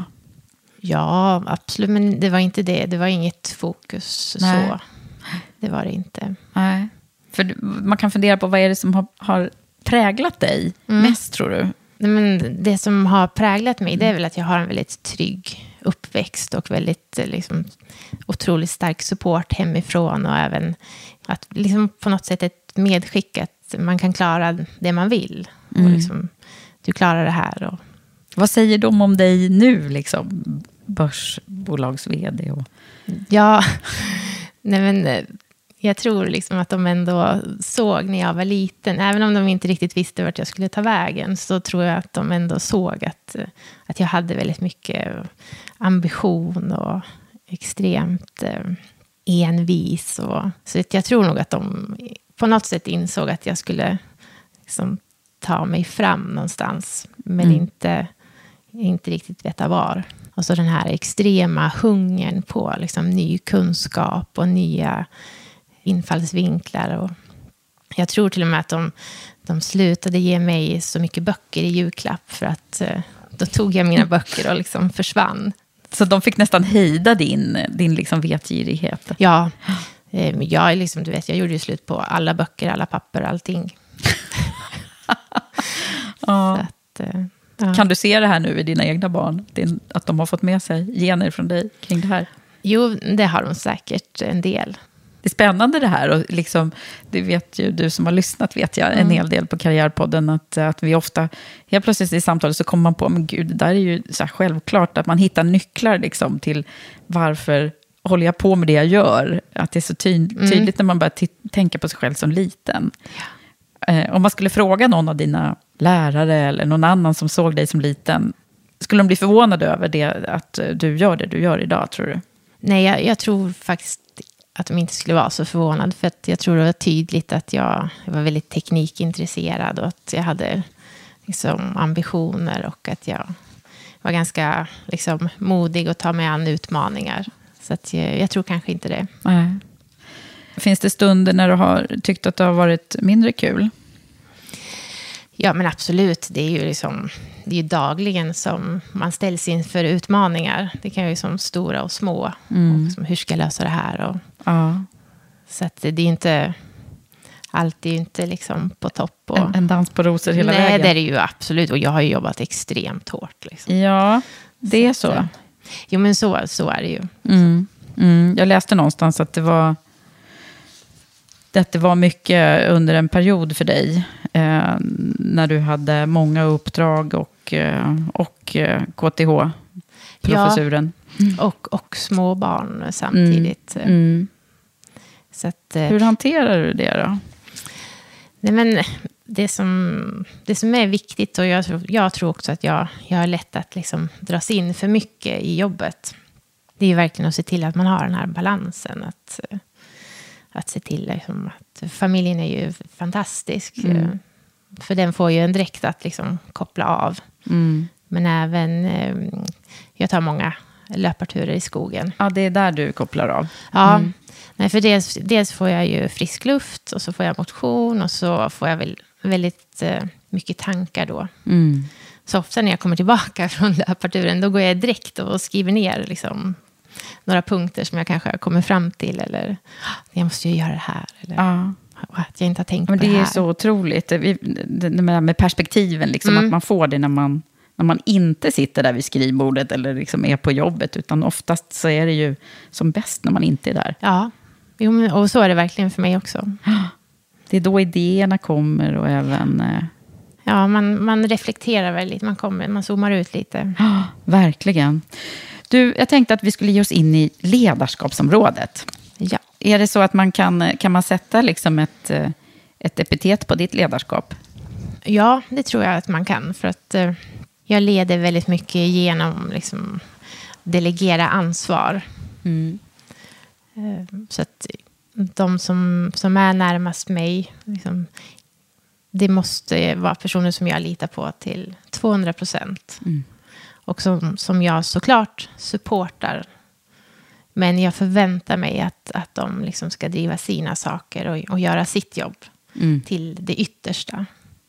Ja, absolut, men det var inte det. Det var inget fokus. Nej. Så. Det var det inte. Nej. För man kan fundera på vad är det som har, har präglat dig mm. mest, tror du? Men det som har präglat mig, det är väl att jag har en väldigt trygg uppväxt och väldigt liksom, otroligt stark support hemifrån och även att liksom, på något sätt ett medskick att man kan klara det man vill. Mm. Och liksom, du klarar det här. Och... Vad säger de om dig nu, liksom, börsbolags-vd? Och... Ja, nej men... Jag tror liksom att de ändå såg när jag var liten, även om de inte riktigt visste vart jag skulle ta vägen, så tror jag att de ändå såg att, att jag hade väldigt mycket ambition och extremt eh, envis. Och, så jag tror nog att de på något sätt insåg att jag skulle liksom, ta mig fram någonstans, men mm. inte, inte riktigt veta var. Och så den här extrema hungern på liksom, ny kunskap och nya infallsvinklar. Och jag tror till och med att de, de slutade ge mig så mycket böcker i julklapp för att eh, då tog jag mina böcker och liksom försvann. Så de fick nästan hejda din, din liksom vetgirighet? Ja, Eh, jag, är liksom, du vet, jag gjorde ju slut på alla böcker, alla papper, allting. Ja. Så att, eh, ja. Kan du se det här nu i dina egna barn? Din, att de har fått med sig gener från dig kring det här? Jo, det har de säkert en del. Det är spännande det här. Och liksom, det vet ju du som har lyssnat, vet jag, en mm. hel del på Karriärpodden. Att, att vi ofta, helt plötsligt i samtalet så kommer man på, men gud, det där är ju så här självklart. Att man hittar nycklar liksom, till varför håller jag på med det jag gör. Att det är så ty- tydligt mm. när man börjar t- tänka på sig själv som liten. Ja. Eh, om man skulle fråga någon av dina lärare eller någon annan som såg dig som liten, skulle de bli förvånade över det, att du gör det du gör idag, tror du? Nej, jag, jag tror faktiskt att de inte skulle vara så förvånade. För att jag tror det var tydligt att jag, jag var väldigt teknikintresserad. Och att jag hade liksom, ambitioner. Och att jag var ganska liksom, modig och ta mig an utmaningar. Så att jag, jag tror kanske inte det. Nej. Finns det stunder när du har tyckt att det har varit mindre kul? Ja, men absolut. Det är ju liksom, det är ju dagligen som man ställs inför utmaningar. Det kan ju vara som stora och små. Mm. Och som, hur ska jag lösa det här? Och, ja. Så att det är inte, allt är ju inte liksom på topp. Och, en, en dans på rosor hela nej, vägen. Nej, det är det ju absolut. Och jag har ju jobbat extremt hårt. Liksom. Ja, det är så. så. Jo, men så, så är det ju. Mm. Mm. Jag läste någonstans att det var... att det var mycket under en period för dig eh, när du hade många uppdrag och, eh, och eh, K T H-professuren. Ja, mm. och, och små barn samtidigt. Mm. Mm. Så att, eh, hur hanterar du det då? Nej, men det som, det som är viktigt, och jag tror, jag tror också att jag, jag har lätt att liksom dras in för mycket i jobbet. Det är ju verkligen att se till att man har den här balansen, att... Att se till liksom, att familjen är ju fantastisk. Mm. För den får ju en direkt att liksom, koppla av. Mm. Men även, eh, jag tar många löparturer i skogen. Ja, det är där du kopplar av. Ja, mm. Nej, för dels, dels får jag ju frisk luft. Och så får jag motion. Och så får jag väl, väldigt eh, mycket tankar då. Mm. Så ofta när jag kommer tillbaka från löparturen, då går jag direkt och skriver ner liksom... några punkter som jag kanske har kommit fram till. Eller, jag måste ju göra det här. Eller ja. att jag inte har tänkt men på det här. Det är så otroligt. Det med perspektiven, liksom, mm. att man får det när man, när man inte sitter där vid skrivbordet eller liksom är på jobbet. Utan oftast så är det ju som bäst när man inte är där. Ja, jo, och så är det verkligen för mig också. Det är då idéerna kommer och även... Ja, man, man reflekterar väldigt. Man, kommer, man zoomar ut lite. Ja, verkligen. Du, jag tänkte att vi skulle ge oss in i ledarskapsområdet. Ja. Är det så att man kan, kan man sätta liksom ett, ett epitet på ditt ledarskap? Ja, det tror jag att man kan. För att eh, jag leder väldigt mycket genom liksom, delegera ansvar. Mm. Eh, så att de som, som är närmast mig, liksom, det måste vara personer som jag litar på till tvåhundra procent. Mm. Och som, som jag såklart supportar. Men jag förväntar mig att, att de liksom ska driva sina saker och, och göra sitt jobb mm. till det yttersta.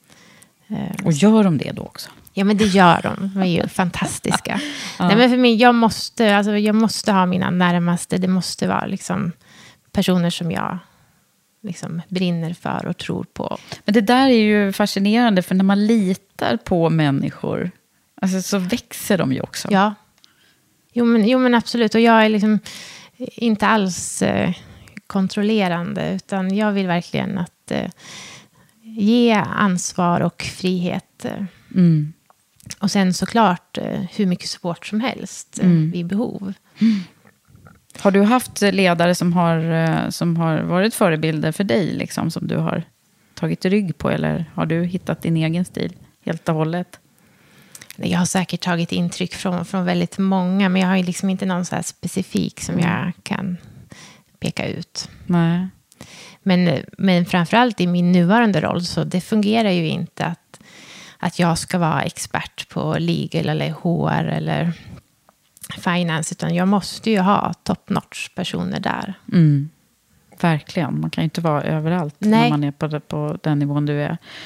Och gör de det då också? Ja, men det gör de. De är ju fantastiska. Ja. Nej, men för mig, jag måste, alltså, jag måste ha mina närmaste. Det måste vara liksom, personer som jag liksom, brinner för och tror på. Men det där är ju fascinerande, för när man litar på människor... Alltså så växer de ju också. Ja. Jo men, jo men absolut. Och jag är liksom inte alls eh, kontrollerande. Utan jag vill verkligen att eh, ge ansvar och frihet. Eh. Mm. Och sen såklart eh, hur mycket support som helst eh, mm. vid behov. Mm. Har du haft ledare som har, som har varit förebilder för dig? Liksom, som du har tagit rygg på? Eller har du hittat din egen stil helt och hållet? Jag har säkert tagit intryck från, från väldigt många. Men jag har ju liksom inte någon så här specifik som mm. jag kan peka ut. Nej. Men, men framförallt i min nuvarande roll så det fungerar ju inte att, att jag ska vara expert på legal eller H R eller finance. Utan jag måste ju ha top notch personer där. Mm. Verkligen. Man kan ju inte vara överallt. Nej. När man är på, på den nivån du är.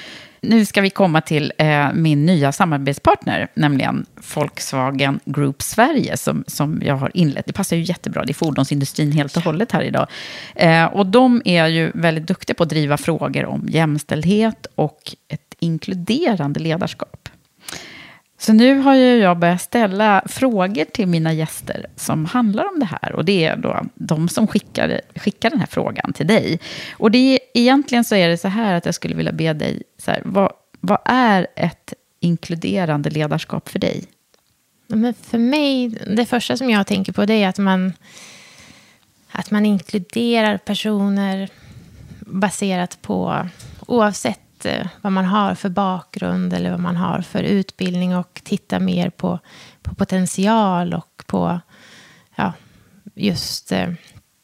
Nu ska vi komma till eh, min nya samarbetspartner, nämligen Volkswagen Group Sverige, som, som jag har inlett. Det passar ju jättebra, det är fordonsindustrin helt och hållet här idag. Eh, och de är ju väldigt duktiga på att driva frågor om jämställdhet och ett inkluderande ledarskap. Så nu har ju jag börjat ställa frågor till mina gäster som handlar om det här. Och det är då de som skickar, skickar den här frågan till dig. Och det är, egentligen så är det så här att jag skulle vilja be dig, så här, vad, vad är ett inkluderande ledarskap för dig? Men för mig, det första som jag tänker på det är att man, att man inkluderar personer baserat på, oavsett vad man har för bakgrund eller vad man har för utbildning, och titta mer på, på potential och på ja, just eh,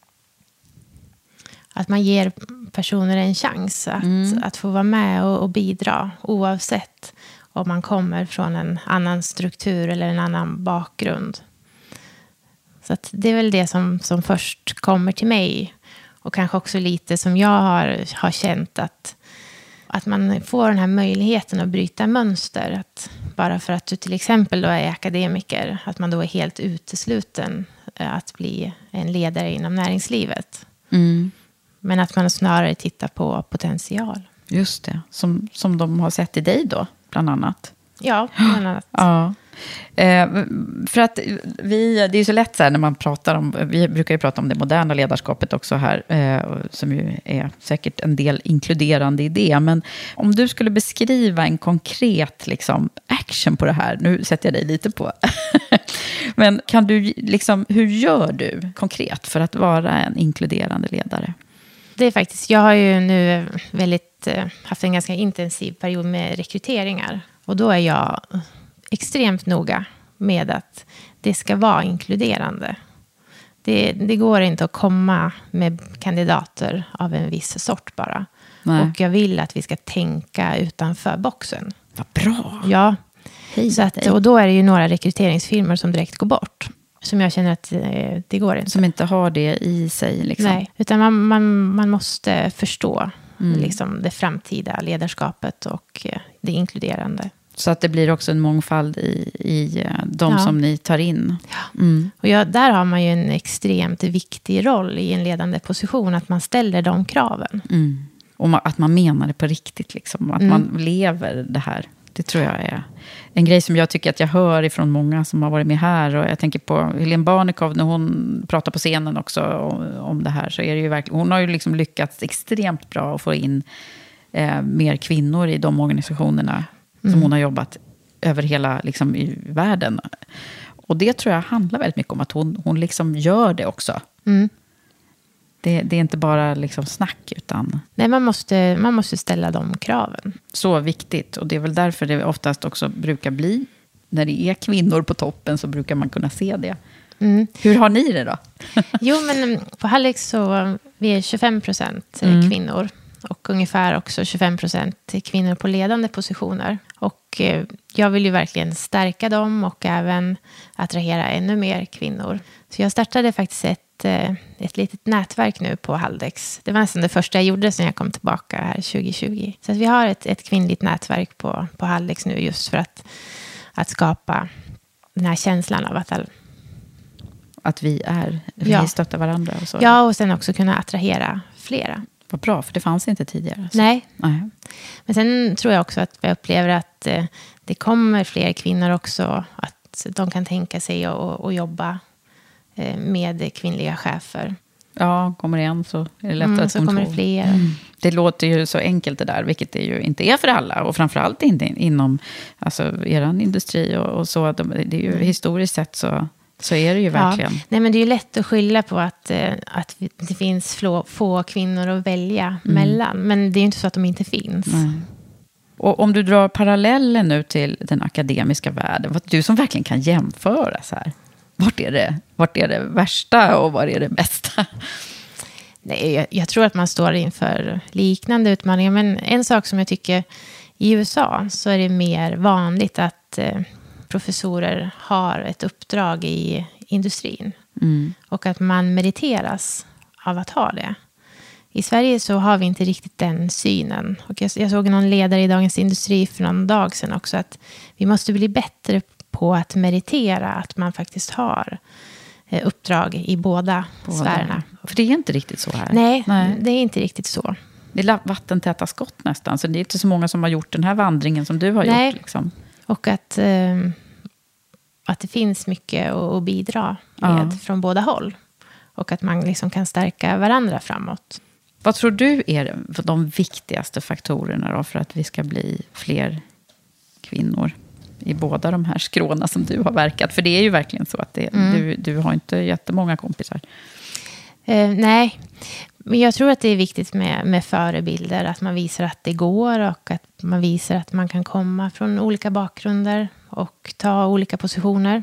att man ger personer en chans att, mm. att få vara med och, och bidra, oavsett om man kommer från en annan struktur eller en annan bakgrund. Så att det är väl det som, som först kommer till mig, och kanske också lite som jag har, har känt att Att man får den här möjligheten att bryta mönster. Att bara för att du till exempel då är akademiker, att man då är helt utesluten att bli en ledare inom näringslivet. Mm. Men att man snarare tittar på potential. Just det, som, som de har sett i dig då, bland annat. Ja, bland annat. Ja. Eh, för att vi, det är ju så lätt så här när man pratar om, vi brukar ju prata om det moderna ledarskapet också här, eh, som ju är säkert en del inkluderande i det, men om du skulle beskriva en konkret liksom, action på det här, nu sätter jag dig lite på, men kan du liksom, hur gör du konkret för att vara en inkluderande ledare? Det är faktiskt, jag har ju nu väldigt eh, haft en ganska intensiv period med rekryteringar, och då är jag extremt noga med att det ska vara inkluderande. Det, det går inte att komma med kandidater av en viss sort bara. Nej. Och jag vill att vi ska tänka utanför boxen. Vad bra! Ja, så att, och då är det ju några rekryteringsfirmor som direkt går bort. Som jag känner att det, det går inte. Som inte har det i sig liksom. Nej, utan man, man, man måste förstå mm. liksom, det framtida ledarskapet och det inkluderande. Så att det blir också en mångfald i, i de ja. som ni tar in. Ja. Mm. Och ja, där har man ju en extremt viktig roll i en ledande position. Att man ställer de kraven. Mm. Och att man menar det på riktigt. Liksom. Att mm. man lever det här. Det tror jag är en grej som jag tycker att jag hör ifrån många som har varit med här. Och jag tänker på Helene Barnekow när hon pratar på scenen också om, om det här. Så är det ju verkligen, hon har ju liksom lyckats extremt bra att få in eh, mer kvinnor i de organisationerna. Mm. Som hon har jobbat över hela liksom, i världen. Och det tror jag handlar väldigt mycket om att hon, hon liksom gör det också. Mm. Det, det är inte bara liksom snack utan... Nej, man måste, man måste ställa de kraven. Så viktigt. Och det är väl därför det oftast också brukar bli. När det är kvinnor på toppen så brukar man kunna se det. Mm. Hur har ni det då? Jo, men på Haldex så vi är tjugofem procent mm. kvinnor. Och ungefär också tjugofem procent kvinnor på ledande positioner. Och eh, jag vill ju verkligen stärka dem och även attrahera ännu mer kvinnor. Så jag startade faktiskt ett, eh, ett litet nätverk nu på Haldex. Det var nästan det första jag gjorde sen jag kom tillbaka här tjugo tjugo. Så att vi har ett, ett kvinnligt nätverk på, på Haldex nu just för att, att skapa den här känslan av att all... Att vi är, vi ja. stöttar varandra och så. Ja, och sen också kunna attrahera flera. Vad bra, för det fanns inte tidigare. Så. Nej. Nej. Men sen tror jag också att jag upplever att eh, det kommer fler kvinnor också. Att de kan tänka sig att, att jobba eh, med kvinnliga chefer. Ja, kommer det en så är det lättare mm, att så kommer det fler. Mm. Det låter ju så enkelt det där, vilket det ju inte är för alla. Och framförallt inte inom alltså, er industri och, och så. Det är ju mm. historiskt sett så... Så är det ju verkligen. Ja. Nej, men det är ju lätt att skylla på att, eh, att det finns få, få kvinnor att välja mm. mellan. Men det är ju inte så att de inte finns. Nej. Och om du drar parallellen nu till den akademiska världen. Vad du som verkligen kan jämföra så här. Vart är det, vart är det värsta och var är det bästa? Nej, jag, jag tror att man står inför liknande utmaningar. Men en sak som jag tycker i U S A så är det mer vanligt att... Eh, professorer har ett uppdrag i industrin. Mm. Och att man meriteras av att ha det. I Sverige så har vi inte riktigt den synen. Och jag, jag såg någon ledare i Dagens Industri för någon dag sedan också, att vi måste bli bättre på att meritera att man faktiskt har eh, uppdrag i båda, båda sfärerna. För det är inte riktigt så här. Nej, Nej, det är inte riktigt så. Det är vattentäta skott nästan. Så det är inte så många som har gjort den här vandringen som du har Nej. gjort. Liksom. Och att, eh, att det finns mycket att bidra med ja. från båda håll. Och att man liksom kan stärka varandra framåt. Vad tror du är de viktigaste faktorerna då för att vi ska bli fler kvinnor i båda de här skråna som du har verkat? För det är ju verkligen så att det, mm. du, du har inte jättemånga kompisar. Eh, nej, men jag tror att det är viktigt med, med förebilder. Att man visar att det går och att man visar att man kan komma från olika bakgrunder och ta olika positioner.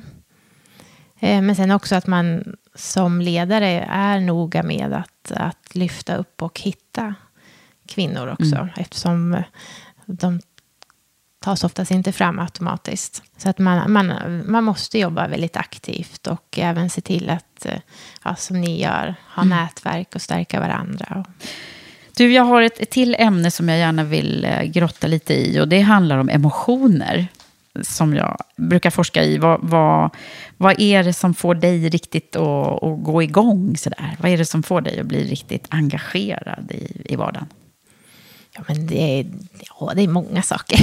Eh, men sen också att man som ledare är noga med att, att lyfta upp och hitta kvinnor också. Mm. Eftersom de tas oftast inte fram automatiskt. Så att man, man, man måste jobba väldigt aktivt och även se till att, ja, som ni gör, ha mm. nätverk och stärka varandra. Du, jag har ett, ett till ämne som jag gärna vill grotta lite i, och det handlar om emotioner. Som jag brukar forska i. Vad, vad, vad är det som får dig riktigt att, att gå igång sådär? Vad är det som får dig att bli riktigt engagerad i, i vardagen? Ja, men det är, ja, det är många saker.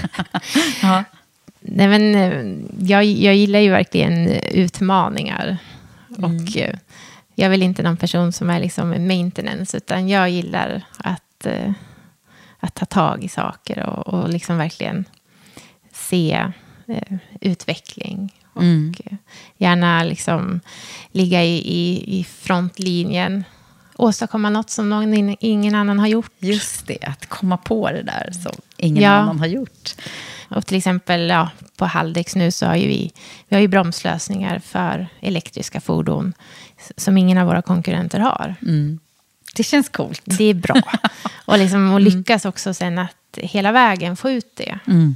Ja. Nej, men jag, jag gillar ju verkligen utmaningar. Mm. Och jag är väl inte någon person som är liksom maintenance, utan jag gillar att, att ta tag i saker och, och liksom verkligen se eh, utveckling och mm. gärna liksom ligga i, i, i frontlinjen, åstadkomma något som någon, ingen annan har gjort. Just det, att komma på det där som ingen ja. annan har gjort. Och till exempel ja, på Haldex nu så har ju vi, vi har ju bromslösningar för elektriska fordon som ingen av våra konkurrenter har. Mm. Det känns coolt. Det är bra. Och liksom och lyckas också sen att hela vägen få ut det. Mm.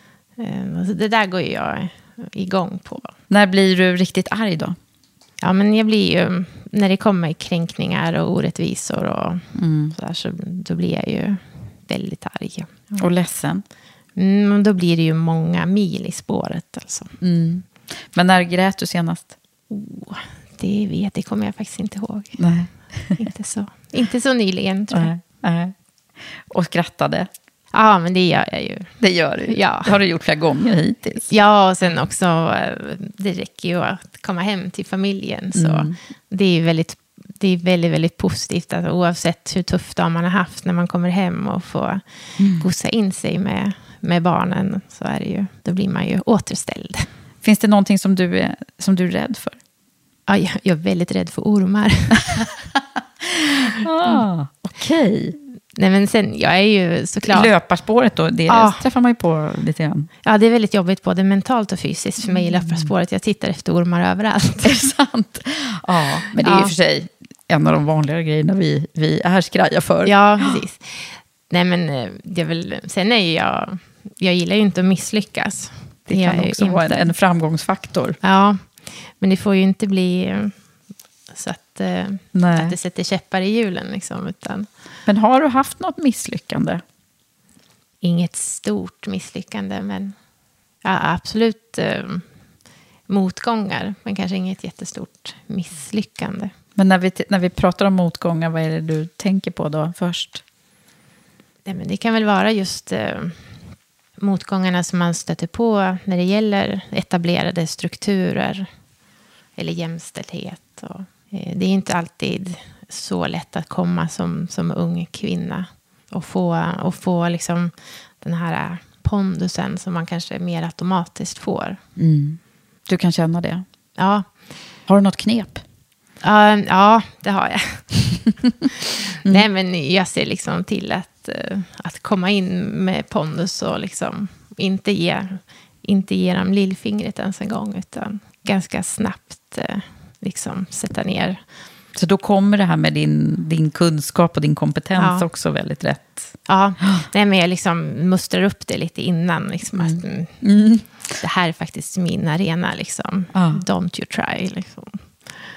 Så det där går ju jag igång på. När blir du riktigt arg då? Ja, men jag blir ju, när det kommer kränkningar och orättvisor och mm. så där, så då blir jag ju väldigt arg. Och ledsen? Mm, då blir det ju många mil i spåret alltså. Mm. Men när grät du senast? Oh, det vet, det kommer jag faktiskt inte ihåg. Nej. inte så, inte så nyligen tror jag. Nej. Nej. Och skrattade? Ja, men det gör jag ju. Det gör du? Ja. Det har du gjort flera gånger hittills. Ja, och sen också, det räcker ju att komma hem till familjen. Så mm. det är väldigt, det är väldigt, väldigt positivt. Att oavsett hur tuff dag man har haft när man kommer hem och får mm. gossa in sig med, med barnen, så är det ju, då blir man ju återställd. Finns det någonting som du är, som du är rädd för? Ja, jag, jag är väldigt rädd för ormar. ah, Okej. Okay. Nej, men sen, jag är ju såklart... Löparspåret då, det ja. träffar man ju på lite grann. Ja, det är väldigt jobbigt både mentalt och fysiskt för mig i löparspåret. Jag tittar efter ormar överallt. Är det sant? Ja, men det är ju ja. för sig en av de vanligare grejerna vi, vi är skraja för. Ja, precis. Nej, men det är väl, sen är ju jag... Jag gillar ju inte att misslyckas. Det kan också inte vara en, en framgångsfaktor. Ja, men det får ju inte bli... Så att, eh, att det sätter käppar i hjulen. Liksom, utan... Men har du haft något misslyckande? Inget stort misslyckande, men ja, absolut eh, motgångar. Men kanske inget jättestort misslyckande. Men när vi, när vi pratar om motgångar, vad är det du tänker på då först? Nej, men det kan väl vara just eh, motgångarna som man stöter på när det gäller etablerade strukturer eller jämställdhet. Och, eh, det är inte alltid så lätt att komma som, som ung kvinna och få, och få liksom den här pondusen som man kanske mer automatiskt får. Mm. Du kan känna det? Ja. Har du något knep? Uh, ja, det har jag. mm. Nej, men jag ser liksom till att, uh, att komma in med pondus och liksom inte ge, inte ge dem lillfingret ens en gång, utan ganska snabbt uh, liksom sätta ner. Så då kommer det här med din, din kunskap och din kompetens ja. också väldigt rätt. Ja, nej, men jag liksom mustrar upp det lite innan. Liksom, mm. Att, mm, det här är faktiskt min arena. Liksom. Ja. Don't you try. Liksom.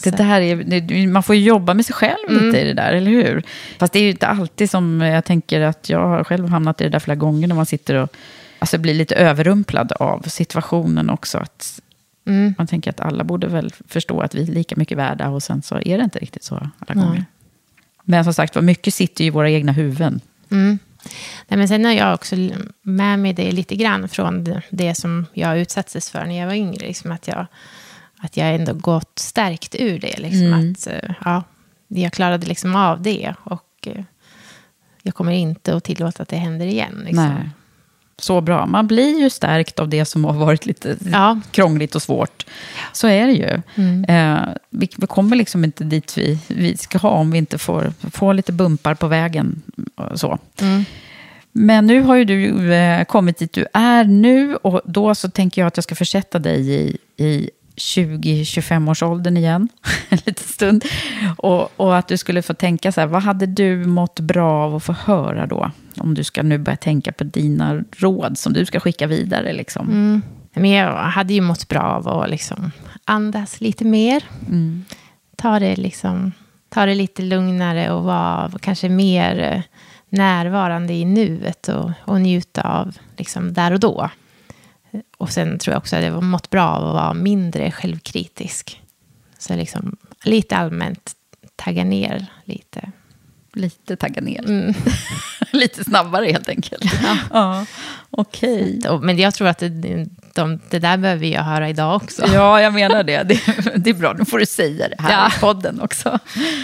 Det där är, man får ju jobba med sig själv mm. lite i det där, eller hur? Fast det är ju inte alltid som jag tänker att jag har själv hamnat i det där flera gånger när man sitter och alltså, blir lite överrumplad av situationen också. Att mm. man tänker att alla borde väl förstå att vi är lika mycket värda och sen så är det inte riktigt så alla gånger. Mm. Men som sagt, mycket sitter ju i våra egna huvuden. Mm. Nej, men sen har jag också med mig det lite grann från det som jag utsattes för när jag var yngre. Liksom att jag Att jag ändå gått stärkt ur det. Liksom, mm. att, ja, jag klarade liksom av det. Och jag kommer inte att tillåta att det händer igen. Liksom. Nej. Så bra. Man blir ju stärkt av det som har varit lite ja. krångligt och svårt. Så är det ju. Mm. Eh, vi, vi kommer liksom inte dit vi, vi ska ha om vi inte får, får lite bumpar på vägen. Och så. Mm. Men nu har ju du eh, kommit dit du är nu. Och då så tänker jag att jag ska försätta dig i... i tjugo till tjugofem års åldern igen, en liten stund. Och, och att du skulle få tänka så här, vad hade du mått bra av att få höra då? Om du ska nu börja tänka på dina råd som du ska skicka vidare. Liksom. Mm. Men jag hade ju mått bra av att liksom andas lite mer. Mm. Ta det liksom, ta det lite lugnare och vara kanske mer närvarande i nuet och, och njuta av liksom där och då. Och sen tror jag också att det var mått bra av att vara mindre självkritisk. Så liksom lite allmänt tagga ner lite. Lite tagga ner. Mm. Lite snabbare helt enkelt. Ja, ja. Okej. Okay. Men jag tror att det, de, det där behöver jag höra idag också. Ja, jag menar det. Det, det är bra, nu får du säga det här ja. i podden också.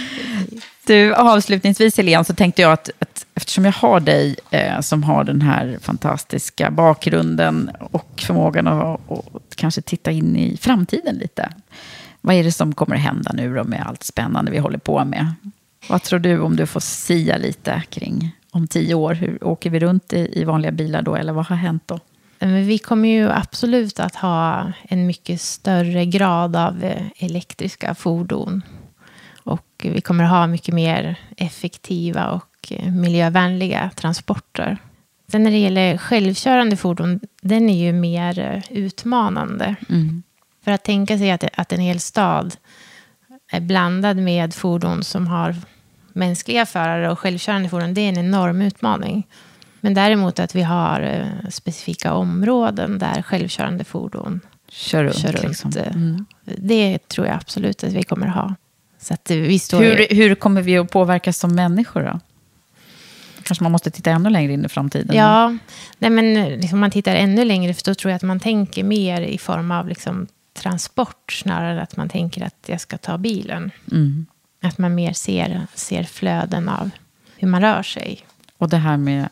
Du, avslutningsvis Helene, så tänkte jag att, att eftersom jag har dig eh, som har den här fantastiska bakgrunden och förmågan att och kanske titta in i framtiden lite. Vad är det som kommer att hända nu då med allt spännande vi håller på med? Vad tror du om du får sia lite kring om tio år? Hur åker vi runt i, i vanliga bilar då? Eller vad har hänt då? Men vi kommer ju absolut att ha en mycket större grad av elektriska fordon. Och vi kommer att ha mycket mer effektiva och miljövänliga transporter. Sen när det gäller självkörande fordon, den är ju mer utmanande. Mm. För att tänka sig att, att en hel stad är blandad med fordon som har mänskliga förare och självkörande fordon, det är en enorm utmaning. Men däremot att vi har specifika områden där självkörande fordon kör runt. Kör runt liksom. mm. Det tror jag absolut att vi kommer att ha. Så att vi står hur, hur kommer vi att påverkas som människor då? Kanske man måste titta ännu längre in i framtiden. Ja, nej men liksom man tittar ännu längre, för då tror jag att man tänker mer i form av liksom transport snarare än att man tänker att jag ska ta bilen. Mm. Att man mer ser, ser flöden av hur man rör sig. Och det här med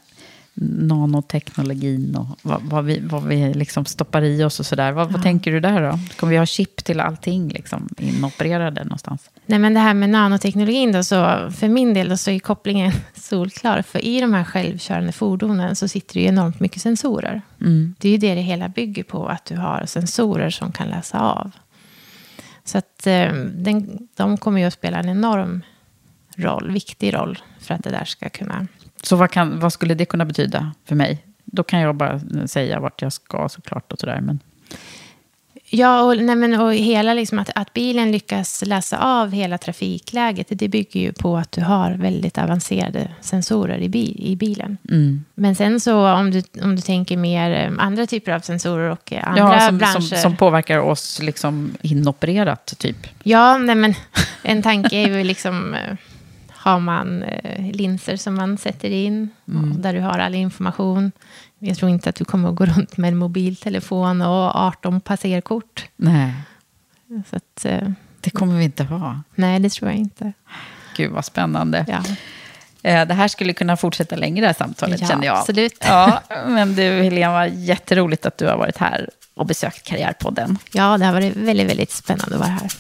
nanoteknologin och vad, vad vi, vad vi liksom stoppar i oss och sådär. Vad, ja. vad tänker du där då? Kommer vi ha chip till allting liksom inopererade någonstans? Nej, men det här med nanoteknologin då, så för min del då, så är kopplingen solklar. För i de här självkörande fordonen så sitter det ju enormt mycket sensorer. Mm. Det är ju det det hela bygger på, att du har sensorer som kan läsa av. Så att eh, den, de kommer ju att spela en enorm roll, viktig roll för att det där ska kunna... Så vad, kan, vad skulle det kunna betyda för mig? Då kan jag bara säga vart jag ska såklart och sådär. Men... Ja, och, nej, men, och hela liksom att, att bilen lyckas läsa av hela trafikläget, det bygger ju på att du har väldigt avancerade sensorer i, bil, i bilen. Mm. Men sen så om du, om du tänker mer andra typer av sensorer och andra ja, som, branscher. Som, som påverkar oss liksom inopererat typ. Ja, nej, men en tanke är ju liksom... Har man eh, linser som man sätter in. Mm. Där du har all information. Jag tror inte att du kommer att gå runt med en mobiltelefon och arton passerkort. Nej. Så att, eh, det kommer vi inte ha. Nej, det tror jag inte. Gud vad spännande. Ja. Eh, det här skulle kunna fortsätta längre, det här samtalet, ja, känner jag. Absolut. Ja, men du Helene, var jätteroligt att du har varit här och besökt Karriärpodden. Ja, det har varit väldigt, väldigt spännande att vara här.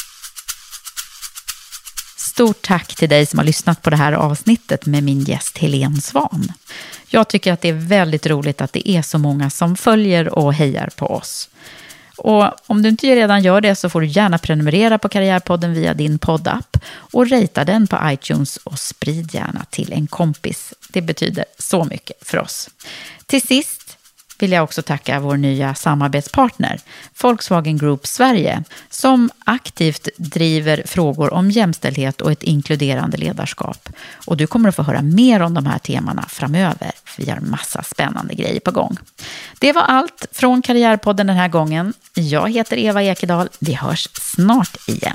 Stort tack till dig som har lyssnat på det här avsnittet med min gäst Helene Svan. Jag tycker att det är väldigt roligt att det är så många som följer och hejar på oss. Och om du inte redan gör det så får du gärna prenumerera på Karriärpodden via din poddapp och rata den på iTunes och sprid gärna till en kompis. Det betyder så mycket för oss. Till sist, vill jag också tacka vår nya samarbetspartner, Volkswagen Group Sverige, som aktivt driver frågor om jämställdhet och ett inkluderande ledarskap. Och du kommer att få höra mer om de här temana framöver. Vi har massa spännande grejer på gång. Det var allt från Karriärpodden den här gången. Jag heter Eva Ekedal. Vi hörs snart igen.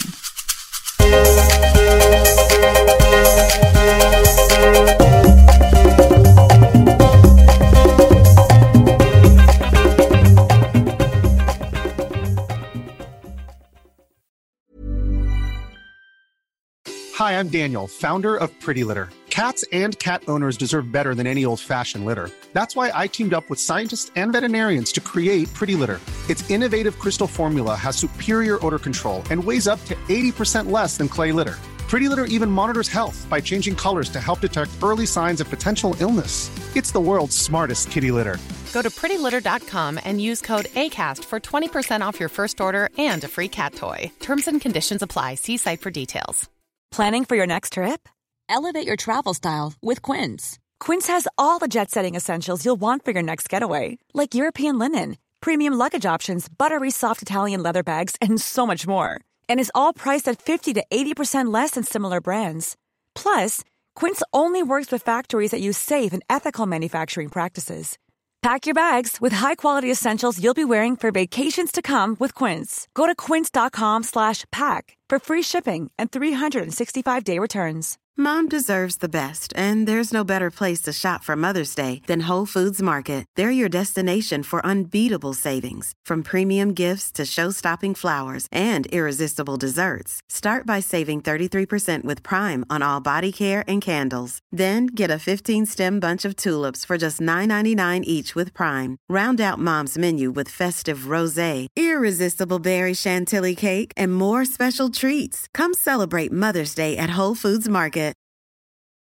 Hi, I'm Daniel, founder of Pretty Litter. Cats and cat owners deserve better than any old-fashioned litter. That's why I teamed up with scientists and veterinarians to create Pretty Litter. Its innovative crystal formula has superior odor control and weighs up to eighty percent less than clay litter. Pretty Litter even monitors health by changing colors to help detect early signs of potential illness. It's the world's smartest kitty litter. Go to pretty litter dot com and use code ACAST for twenty percent off your first order and a free cat toy. Terms and conditions apply. See site for details. Planning for your next trip? Elevate your travel style with Quince. Quince has all the jet-setting essentials you'll want for your next getaway, like European linen, premium luggage options, buttery soft Italian leather bags, and so much more. And is all priced at fifty to eighty percent less than similar brands. Plus, Quince only works with factories that use safe and ethical manufacturing practices. Pack your bags with high-quality essentials you'll be wearing for vacations to come with Quince. Go to quince dot com slash pack for free shipping and three sixty-five day returns. Mom deserves the best, and there's no better place to shop for Mother's Day than Whole Foods Market. They're your destination for unbeatable savings, from premium gifts to show-stopping flowers and irresistible desserts. Start by saving thirty-three percent with Prime on all body care and candles. Then get a fifteen-stem bunch of tulips for just nine ninety-nine each with Prime. Round out Mom's menu with festive rosé, irresistible berry chantilly cake, and more special treats. Come celebrate Mother's Day at Whole Foods Market.